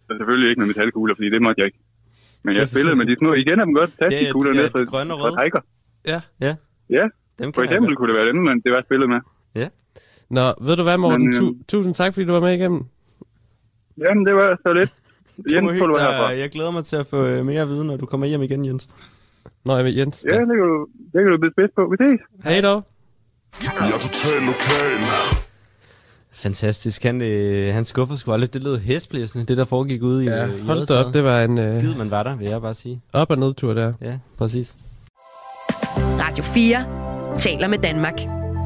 J: Så selvfølgelig ikke med metalkugler, fordi det måtte jeg ikke. Men jeg spillede med de små, I kender dem godt, plastikkugler ned fra
E: grønne og røde.
J: Tiger.
E: Ja.
J: Dem for eksempel kunne det være dem, men det var spillet med.
E: Ja.
G: Nå, ved du hvad, Morten? Tusind tak, fordi du var med igennem.
J: Jamen, det var så lidt. Jens, får du herfra.
E: Jeg glæder mig til at få mere viden, når du kommer hjem igen, Jens.
G: Nå, jeg med Jens.
J: Ja, det kan du blive spids på. Vi ses.
G: Hej dog.
H: Jeg er totalt lokal.
E: Fantastisk. Han skuffer sgu aldrig. Det lød hæsblæsende, det der foregik ude i
G: hold da op, det var en...
E: Gid man var der, vil jeg bare sige.
G: Op- og nedtur der.
E: Ja, præcis.
B: Radio 4 taler med Danmark.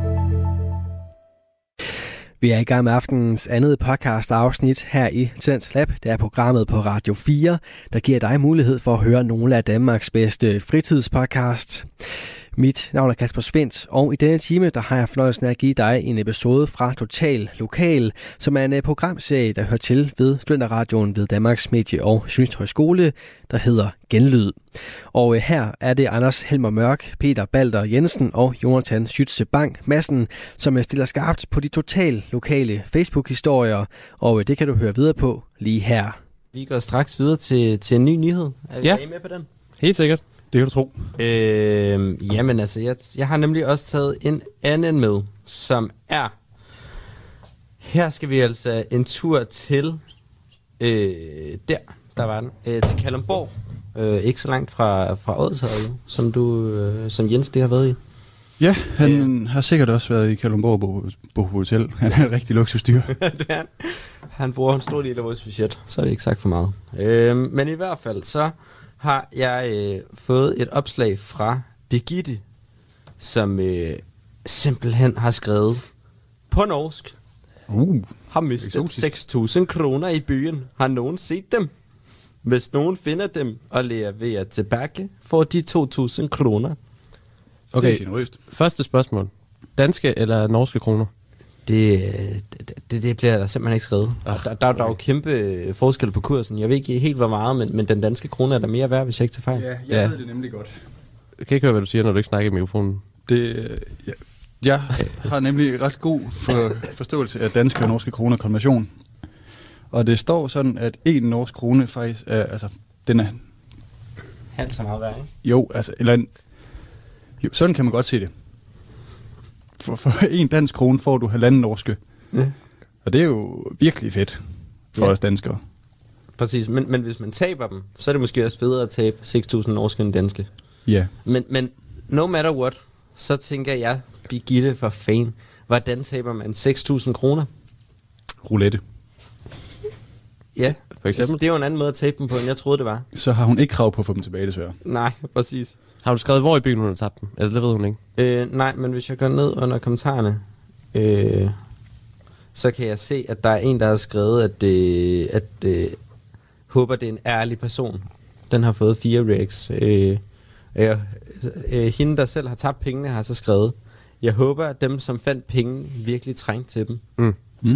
C: Vi er i gang med aftenens andet podcast-afsnit her i Tens Lab. Det er programmet på Radio 4, der giver dig mulighed for at høre nogle af Danmarks bedste fritidspodcasts. Mit navn er Kasper Svendt, og i denne time der har jeg fornøjelsen af at give dig en episode fra Total Lokal, som er en programserie, der hører til ved Studenterradioen ved Danmarks Medie- og Journalisthøjskole, der hedder Genlyd. Og her er det Anders Helmer Mørk, Peter Balder Jensen og Jonathan Schütze Bank Madsen, som stiller skarpt på de Total Lokale Facebook-historier, og det kan du høre videre på lige her.
E: Vi går straks videre til en ny nyhed. Er I med på den?
G: Helt sikkert.
F: Det kan du tro.
E: Jamen altså, jeg har nemlig også taget en anden med, som er... Her skal vi altså en tur til... der var den. Til Kalundborg. Ikke så langt fra Odsherred, som Jens det har været i.
F: Ja, han har sikkert også været i Kalundborg på hotel. Han er en rigtig luksusdyr.
E: Han bruger en stor del af vores budget, så har vi ikke sagt for meget. Men i hvert fald, så har jeg fået et opslag fra Birgitte, som simpelthen har skrevet på norsk. Har mistet 6.000 kroner i byen. Har nogen set dem? Hvis nogen finder dem og leverer tilbage, får de 2.000 kroner.
G: Okay, første spørgsmål. Danske eller norske kroner?
E: Det bliver der simpelthen ikke skrevet. Der er jo kæmpe forskel på kursen. Jeg ved ikke helt, hvor meget, men den danske krone er der mere værd, hvis jeg ikke tager fejl.
F: Ja, jeg ved det nemlig godt.
G: Jeg kan ikke høre, hvad du siger, når du ikke snakker i mikrofonen.
F: Jeg har nemlig ret god forståelse af danske og norske kroner konversion. Og det står sådan, at en norsk krone faktisk er, den er...
E: Halvt så meget værd, ikke?
F: Jo, sådan kan man godt se det. For en dansk krone får du 1,5 norske. Ja. Og det er jo virkelig fedt for os danskere.
E: Præcis, men hvis man taber dem, så er det måske også federe at tabe 6.000 norske end danske.
F: Ja.
E: Men no matter what, så tænker jeg, Birgitte for fan, hvordan taber man 6.000 kroner?
F: Roulette.
E: Ja, for eksempel. Det er jo en anden måde at tabe dem på, end jeg troede, det var.
F: Så har hun ikke krav på at få dem tilbage, desværre.
E: Nej, præcis.
G: Har du skrevet, hvor i byen hun har tabt dem? Eller det ved hun ikke?
E: Nej, men hvis jeg går ned under kommentarerne, så kan jeg se, at der er en, der har skrevet, at håber, det er en ærlig person. Den har fået 4 reacts. Hende, der selv har tabt pengene, har så skrevet, jeg håber, at dem, som fandt penge, virkelig trængte til dem.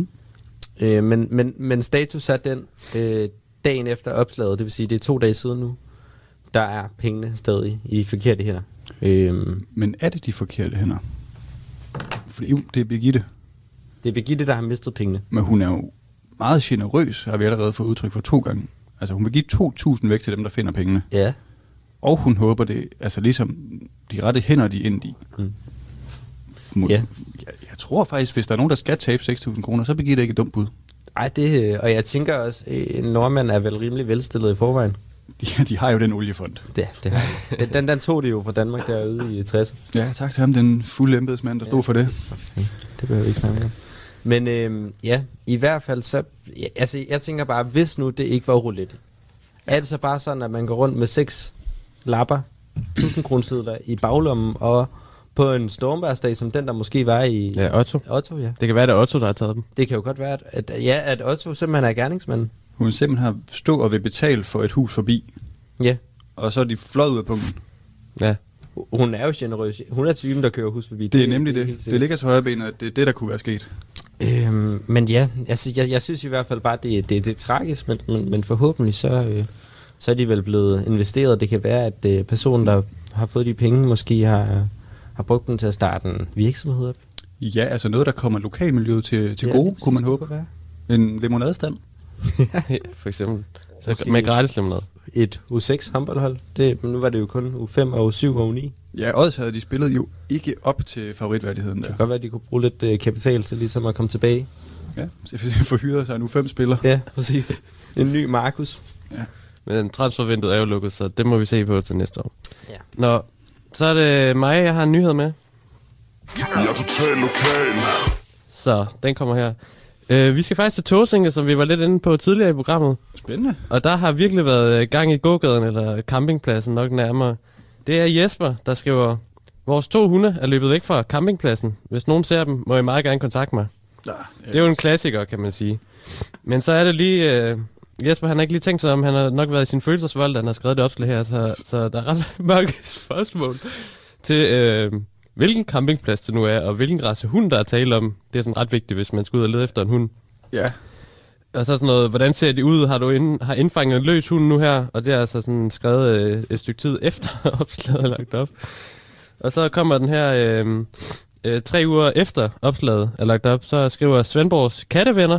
E: Men status er den dagen efter opslaget, det vil sige, det er 2 dage siden nu, der er pengene stadig i forkerte hænder.
F: Men er det de forkerte hænder? Fordi det er Birgitte.
E: Det er Birgitte, der har mistet pengene.
F: Men hun er jo meget generøs, har vi allerede fået udtryk for 2 gange. Altså hun vil give 2.000 væk til dem, der finder pengene.
E: Ja.
F: Og hun håber det, altså ligesom de rette hænder, de er ind i.
E: Ja.
F: Jeg tror faktisk, hvis der er nogen, der skal tabe 6.000 kroner, så Birgitte ikke et dumt bud.
E: Ej, og jeg tænker også, en nordmand er vel rimelig velstillet i forvejen.
F: Ja, de har jo den oliefond.
E: Det har de. Den tog de jo fra Danmark derude i 60'erne.
F: Ja, tak til ham, den fulde embedsmand, der stod for det.
E: Det behøver vi ikke snakke om. Men i hvert fald så... jeg tænker bare, hvis nu det ikke var roulette, er det så bare sådan, at man går rundt med 6 lapper, 1.000 kronesedler i baglommen, og på en stormværsdag som den, der måske var i...
G: Ja, Otto.
E: Otto, ja.
G: Det kan være, at det er Otto, der har taget dem.
E: Det kan jo godt være, at Otto simpelthen er gerningsmanden.
F: Hun simpelthen har stået og vil betale for et hus forbi.
E: Ja.
F: Og så er de fløjet ud af punkten.
G: Ja.
E: Hun er jo generøs. Hun er typen, der kører hus forbi.
F: Det er nemlig det. Det ligger så højre benet, at det er det, der kunne være sket.
E: Men ja, jeg synes i hvert fald bare, det er tragisk, men forhåbentlig så er de vel blevet investeret. Det kan være, at personen, der har fået de penge, måske har brugt dem til at starte en virksomhed op.
F: Ja, altså noget, der kommer lokalmiljøet til gode, kunne man håbe. En limonadestand.
G: For eksempel. Så
E: Måske
G: med gratis limonade.
E: Et U6 håndboldhold. Men nu var det jo kun U5 og U7 og U9.
F: Ja, Ods havde de spillet jo ikke op til favoritværdigheden der.
E: Det kan godt være, at de kunne bruge lidt kapital til ligesom at komme tilbage.
F: Ja, så får hyret sig en U5-spiller.
E: Ja, præcis. En ny Markus.
F: Ja.
G: Men transfervinduet er jo lukket, så det må vi se på til næste år.
E: Ja.
G: Nå, så er det mig, jeg har en nyhed med.
H: Jeg er totalt lokal.
G: Så, den kommer her. Vi skal faktisk til Tåsinge, som vi var lidt inde på tidligere i programmet.
F: Spændende.
G: Og der har virkelig været gang i gågaden, eller campingpladsen nok nærmere. Det er Jesper, der skriver, vores 2 hunde er løbet væk fra campingpladsen. Hvis nogen ser dem, må I meget gerne kontakte mig.
F: Ja,
G: det er jo en klassiker, kan man sige. Men så er det lige... Jesper, han har ikke lige tænkt sig om, han har nok været i sin følelsesvold, da han har skrevet det opslag her, så der er ret mange spørgsmål til, hvilken campingplads det nu er, og hvilken race hund, der er tale om. Det er sådan ret vigtigt, hvis man skal ud og lede efter en hund.
F: Ja.
G: Og så sådan noget, hvordan ser de ud? Har indfanget en løs hund nu her? Og det er altså sådan skrevet et stykke tid efter opslaget er lagt op. Og så kommer den her 3 uger efter opslaget er lagt op, så skriver Svendborgs kattevenner: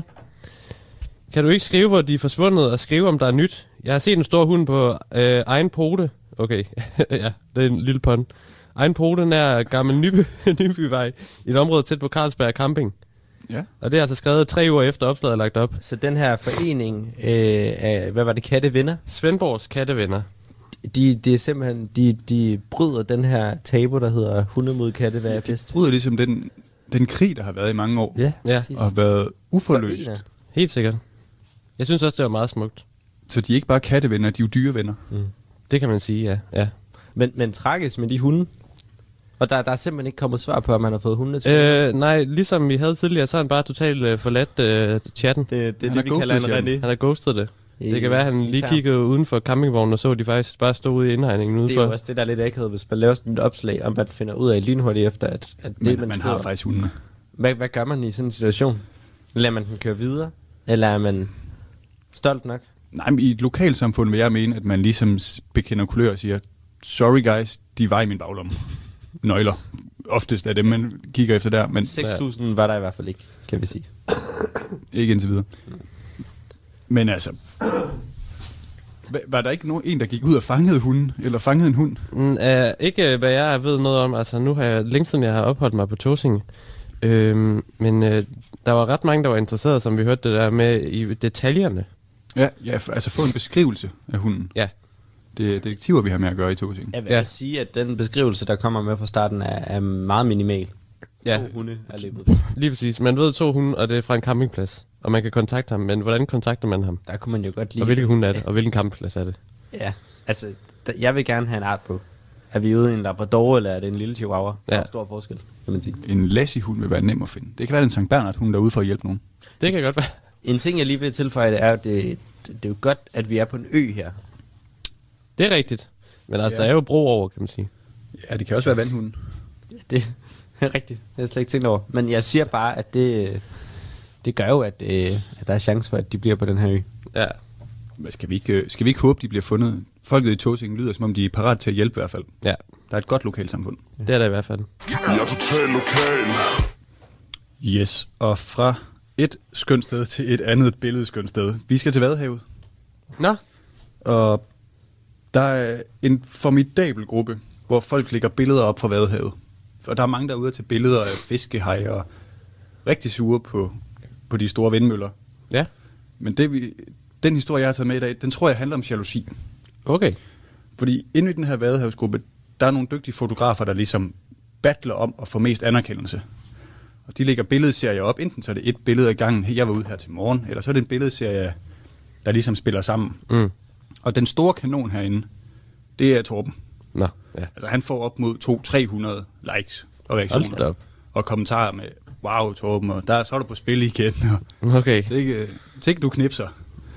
G: kan du ikke skrive, hvor de er forsvundet, og skrive, om der er nyt? Jeg har set en stor hund på egen pote. Okay, ja, det er en lille pun. Egen pote nær Gammel Nybyvej, i et område tæt på Carlsberg Camping.
F: Ja.
G: Og det er altså skrevet 3 uger efter opslaget er lagt op.
E: Så den her forening af, hvad var det, kattevenner?
G: Svendborgs kattevenner.
E: De er simpelthen, de bryder den her tabu, der hedder hunde mod katte, hvad er bedst.
F: De bryder ligesom den krig, der har været i mange år.
G: Ja.
F: Og har været uforløst.
E: Forener.
G: Helt sikkert. Jeg synes også, det var meget smukt.
F: Så de er ikke bare kattevenner, de er jo dyrevenner.
E: Mm.
G: Det kan man sige, ja.
E: Men tragisk med de hunde. Og der er simpelthen ikke kommet svar på, om man har fået hundene til.
G: Nej, ligesom vi havde tidligere, så har han bare totalt forladt chatten.
E: Det er det, vi kalder en René.
G: Han har ghostet det. Det kan være, at han lige kiggede uden for campingvognen, og så de faktisk bare stod ude i indhegningen udenfor.
E: Det er jo også det, der er lidt akavet, hvis man laver sådan et opslag, om man finder ud af lynhurtigt efter, at det,
F: man har faktisk hundene.
E: Hvad gør man i sådan en situation? Lader man den køre videre? Eller er man stolt nok?
F: Nej, men i et lokalsamfund vil jeg mene, at man ligesom bekender kulør og siger, sorry guys, de var i min baglomme. Nøgler. Oftest er dem, man kigger efter der. Men
E: 6.000 var der i hvert fald ikke, kan vi sige.
F: Ikke indtil videre. Men altså, var der ikke en, der gik ud og fangede hunden, eller fangede en hund?
G: Ikke hvad jeg ved noget om. Altså, nu har jeg længe siden jeg har opholdt mig på Tåsinge. Men der var ret mange, der var interesseret, som vi hørte det der med i detaljerne.
F: Ja, altså få en beskrivelse af hunden.
G: Ja.
F: Det er detektiver, vi har med at gøre i Tåsinge.
E: Jeg vil sige, at den beskrivelse, der kommer med fra starten, er meget minimal.
G: Ja.
E: 2 hunde er løbet.
G: Lige præcis. Man ved 2 hunde, og det er fra en campingplads. Og man kan kontakte ham, men hvordan kontakter man ham?
E: Der kunne man jo godt lide.
G: Og hvilke hunde er det, og hvilken campingplads er det?
E: Ja, altså, jeg vil gerne have en art på. Er vi ude i en labrador, eller er det en lille chihuahua? Der er stor forskel, kan man sige.
F: En lassie-hund vil være nem at finde. Det kan være en Sankt Bernhard-hund, der er ude for at hjælpe nogen.
G: Det kan godt være.
E: En ting, jeg lige vil tilføje, det er, at det er jo godt, at vi er på en ø her.
G: Det er rigtigt. Men altså, der er jo bro over, kan man sige.
F: Ja, det kan også være vandhunden.
E: Det er rigtigt. Det har jeg slet ikke tænkt over. Men jeg siger bare, at det gør jo, at der er chance for, at de bliver på den her ø.
G: Ja.
F: Men skal vi ikke håbe, de bliver fundet? Folket i Tåsinge lyder, som om de er parat til at hjælpe i hvert fald.
G: Ja.
F: Der er et godt lokalsamfund.
G: Det er der i hvert fald.
H: Jeg er totalt lokal.
F: Yes, og fra et skønt sted til et andet billedskønt sted. Vi skal til Vadehavet.
G: Nå.
F: Og der er en formidabel gruppe, hvor folk lægger billeder op fra Vadehavet. Og der er mange, der er ude til billeder af fiskehej og rigtig sure på de store vindmøller.
G: Ja.
F: Men den historie, jeg har taget med i dag, den tror jeg handler om jalousi.
G: Okay.
F: Fordi inde i den her Vadehavsgruppe, der er nogle dygtige fotografer, der ligesom battler om at få mest anerkendelse. Og de lægger billedserier op. Enten så er det et billede af gangen, hey, jeg var ude her til morgen, eller så er det en billedserie, der ligesom spiller sammen.
G: Mm.
F: Og den store kanon herinde, det er Torben.
G: Nå, ja.
F: Altså han får op mod 200-300 likes og reaktioner. Og kommentarer med, wow Torben, og så er du på spil igen. Og
G: okay.
F: Tænk du knipser.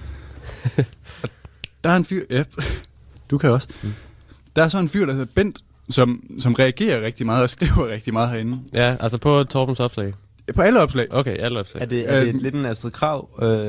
F: Der er en fyr, ja, du kan også. Der er så en fyr, der hedder Bent, som reagerer rigtig meget og skriver rigtig meget herinde.
G: Ja, altså på Torbens opslag.
F: På alle opslag.
G: Okay, alle opslag.
E: Er det lidt en Astrid Krag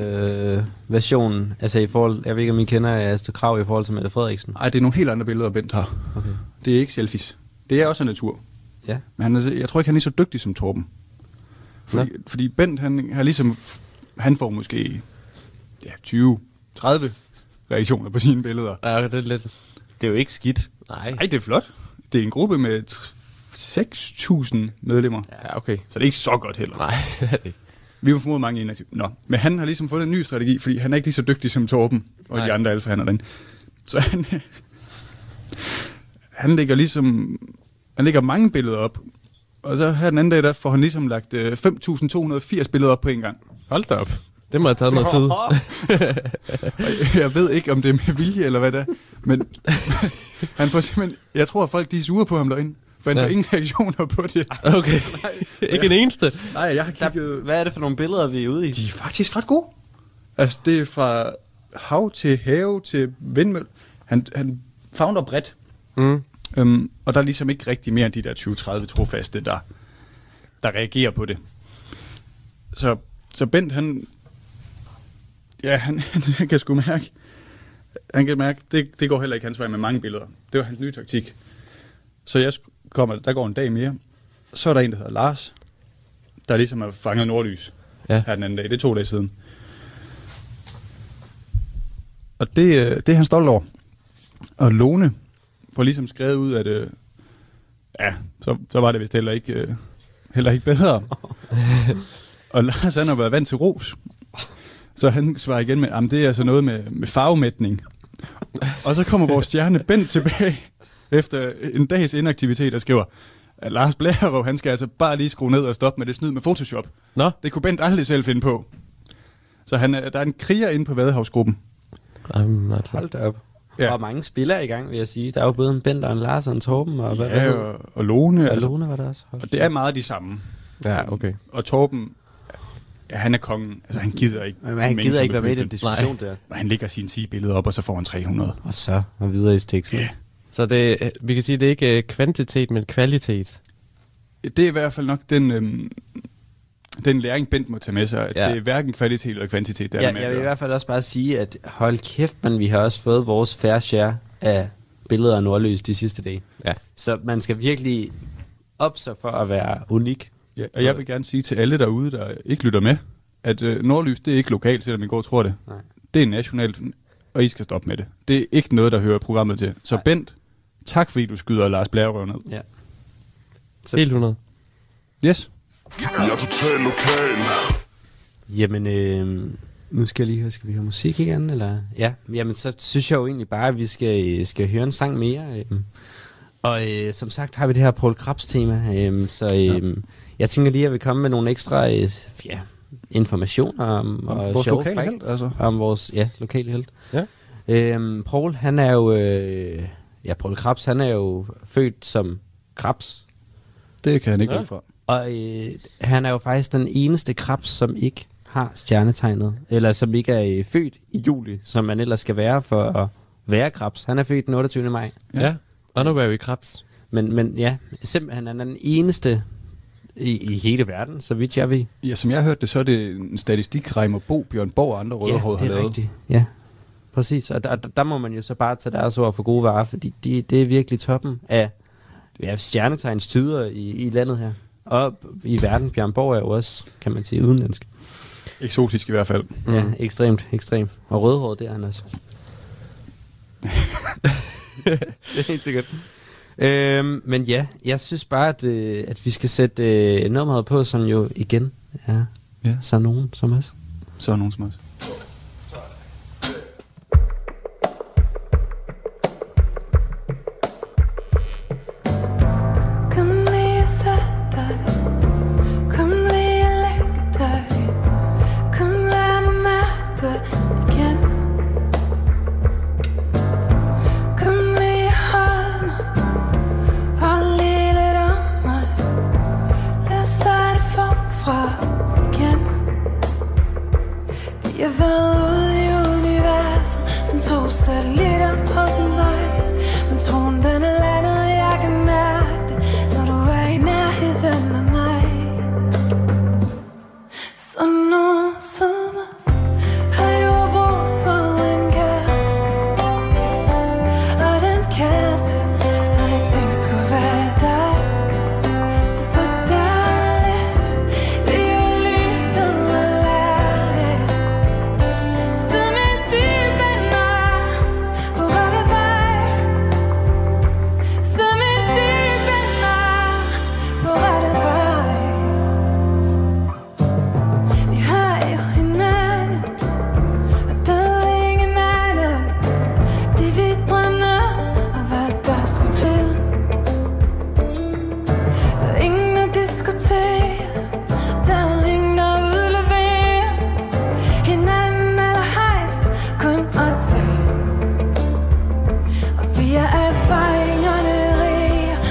E: version? Altså i forhold, jeg ved ikke om I kender Astrid Krag i forhold til Mette Frederiksen.
F: Nej, det er nogle helt andre billeder, Bent har.
E: Okay.
F: Det er ikke selfies. Det er også natur.
E: Ja.
F: Men jeg tror ikke, han er så dygtig som Torben. Fordi Bent, han får måske 20-30 reaktioner på sine billeder.
G: Ja, det er lidt...
E: Det er jo ikke skidt.
G: Nej.
F: Nej, det er flot. Det er en gruppe med 6.000 medlemmer.
G: Ja, okay.
F: Så det er ikke så godt heller.
G: Nej, det er det ikke.
F: Vi har formodet mange inaktive. Nå, men han har ligesom fundet en ny strategi, fordi han er ikke lige så dygtig som Torben og de andre alfahander derinde. Så han lægger mange billeder op. Og så her den anden dag, der får han ligesom lagt 5.280 billeder op på en gang.
G: Hold da op. Det må have taget noget tid.
F: Jeg ved ikke, om det er med vilje eller hvad det er. Men han får simpelthen... Jeg tror, at folk de er sure på ham derinde. For han får ingen reaktioner på det.
G: Okay. Ikke en eneste.
F: Nej, jeg har kigget...
E: Hvad er det for nogle billeder, vi er ude i?
F: De er faktisk ret gode. Altså, det er fra hav til have til vindmøl. Han founder bredt. Og der er ligesom ikke rigtig mere end de der 20-30 trofaste, der reagerer på det. Så Bent, han kan sgu mærke... Han kan mærke, det går heller ikke hans vej med mange billeder. Det var hans nye taktik. Så der går en dag mere. Så er der en, der hedder Lars, der ligesom har fanget nordlys her den anden dag. Det er 2 dage siden. Og det er han stolt over. Og Lone får ligesom skrevet ud, at så var det vist heller ikke bedre. Og Lars, han har været vant til ros. Så han svarer igen med, at det er altså noget med farvemætning. Og så kommer vores stjerne Bent tilbage efter en dags inaktivitet og skriver, at Lars Blærerup, han skal altså bare lige skrue ned og stoppe med det snyd med Photoshop.
G: Nå?
F: Det kunne Bent aldrig selv finde på. Så der er en kriger inde på Vadehavsgruppen.
E: Hold da op. Ja. Og mange spillere i gang, vil jeg sige. Der er jo både en Bent og en Lars og en Torben. Og
F: og Lone.
E: Og Lone var der også.
F: Og det er meget de samme.
G: Ja, okay.
F: Og Torben, han er kongen. Altså, han gider ikke.
E: Men han gider ikke være med i den diskussion der.
F: Han lægger sine 10 billeder op, og så får han 300.
E: Og så videre i teksten.
F: Ja.
G: Så vi kan sige, det er ikke kvantitet, men kvalitet.
F: Det er i hvert fald nok den læring, Bent må tage med sig. Det er hverken kvalitet eller kvantitet.
E: Jeg vil i hvert fald også bare sige, at hold kæft, men vi har også fået vores fair share af billeder af nordlys de sidste dage. Ja. Så man skal virkelig op sig for at være unik.
F: Ja, og jeg vil gerne sige til alle derude, der ikke lytter med, at nordlys, det er ikke lokalt, selvom I går og tror det. Nej. Det er nationalt, og I skal stoppe med det. Det er ikke noget, der hører programmet til. Så Bent, tak fordi du skyder Lars Blærerup ned.
E: Ja.
G: Helt 100.
F: Yes.
H: Jeg er totalt lokal.
E: Jamen, nu skal jeg lige høre, skal vi høre musik igen, eller? Ja, jamen så synes jeg jo egentlig bare, at vi skal høre en sang mere. Og som sagt har vi det her Poul Krebs tema, jeg tænker lige, at vi kommer med nogle ekstra informationer om
F: vores lokale helt, altså.
E: Om vores lokale helt. Ja. Poul, han er jo Poul Krebs, han er jo født som Krebs.
F: Det kan han ikke fra.
E: Og han er jo faktisk den eneste Krebs, som ikke har stjernetegnet, eller som ikke er født i juli, som man ellers skal være for at være Krebs. Han er født den 28. maj.
G: Ja, honorary Krebs.
E: Men ja, simpelthen han er den eneste i hele verden, så vidt jeg ved.
F: Ja, som jeg hørte det, så er det en statistik, Reimer Bo, Bjørn Borg og andre rødhårede har lavet.
E: Ja, det er rigtigt. Ja, præcis. Og der må man jo så bare tage deres ord for gode varer, fordi det er virkelig toppen af stjernetegns tyder i landet her. Og i verden, Bjørn Borg er jo også, kan man sige, udenlandsk.
F: Eksotisk i hvert fald.
E: Ja, ekstremt. Og rødhåret, det er han også. Det er helt sikkert. Men ja, jeg synes bare, at vi skal sætte nummeret på, som jo igen er så nogen som os.
F: Så nogen som os.
K: Jeg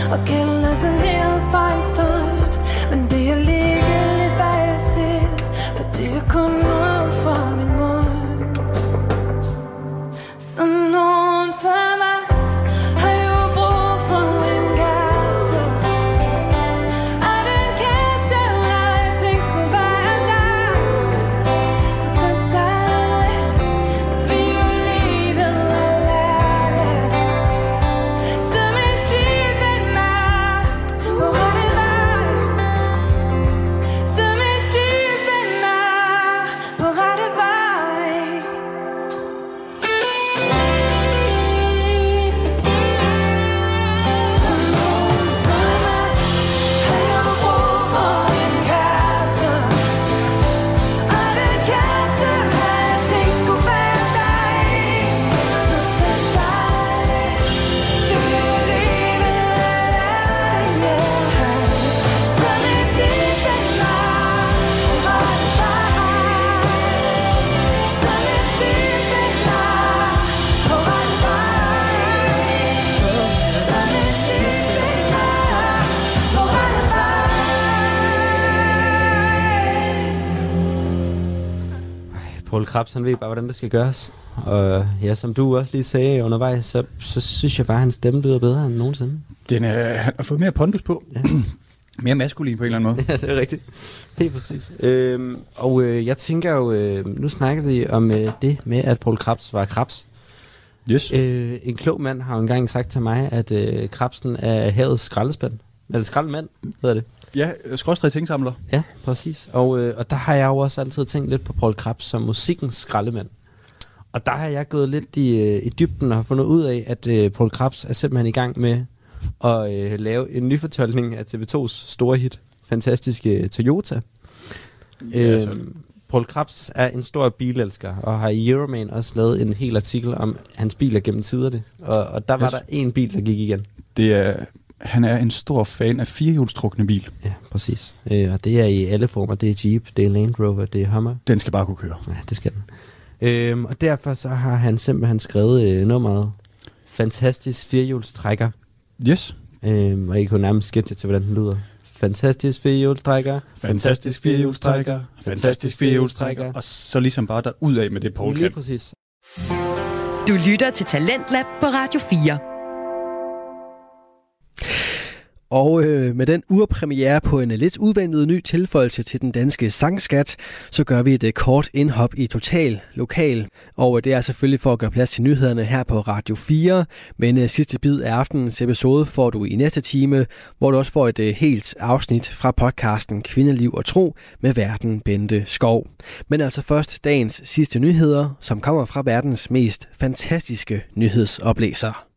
K: Og gælden er saneret for en stund. Men det er ligegyldigt, hvad jeg ser, for det er kun noget for min mund. Så nogen som os har jo brug for en kæreste. Og den kæreste har jeg tænkt skulle være dig. Så sæt dig lidt, vi jo livet og lær det. Som en stigevenner på rette vej. Som en stigevenner på rette vej. Så nogen som os har jo brug for en kæreste. Og den kæreste har jeg tænkt skulle være dig. Så sæt dig lidt, vi jo livet og lær det. Som en stigevenner på rette vej. Som en stigevenner på rette vej. Som en stigevenner på rette vej.
E: Poul Krebs, han ved bare, hvordan det skal gøres. Og ja, som du også lige sagde undervejs, så synes jeg bare, at hans stemme lyder bedre end nogensinde.
F: Han har fået mere pondus på.
E: Ja.
F: Mere maskulin på en eller anden måde.
E: Ja, det er rigtigt. Helt præcis. Jeg tænker jo, nu snakker vi om det med, at Poul Krebs var Krebs.
F: Yes.
E: En klog mand har jo engang sagt til mig, at Krebsen er havets skraldespand. Eller skraldemand, hedder det.
F: Ja, skråstreg tingsamler.
E: Ja, præcis. Og der har jeg jo også altid tænkt lidt på Poul Krebs som musikkens skraldemand. Og der har jeg gået lidt i dybden og har fundet ud af, at Poul Krebs er simpelthen i gang med at lave en nyfortolkning af TV2's store hit, fantastiske Toyota. Poul Krebs er en stor bilelsker, og har i Euroman også lavet en hel artikel om hans biler gennem tiderne. Og der var der en bil, der gik igen.
F: Han er en stor fan af firehjulstrukne bil.
E: Ja, præcis. Og det er i alle former. Det er Jeep, det er Land Rover, det er Hummer.
F: Den skal bare kunne køre.
E: Ja, det skal den. Og derfor så har han simpelthen skrevet nummeret Fantastisk firehjulstrækker.
F: Yes.
E: Og I kunne nærmest skætte til, hvordan den lyder. Fantastisk firehjulstrækker.
F: Fantastisk firehjulstrækker. Fantastisk firehjulstrækker. Og så ligesom bare derudad med det, Poul kan.
E: Lige præcis.
B: Du lytter til Talentlab på Radio 4.
C: Og med den urpremiere på en lidt uventet ny tilføjelse til den danske sangskat, så gør vi et kort indhop i Total Lokal. Og det er selvfølgelig for at gøre plads til nyhederne her på Radio 4. Men sidste bid af aftenens episode får du i næste time, hvor du også får et helt afsnit fra podcasten Kvindeliv og Tro med værten Bente Skov. Men altså først dagens sidste nyheder, som kommer fra verdens mest fantastiske nyhedsoplæser.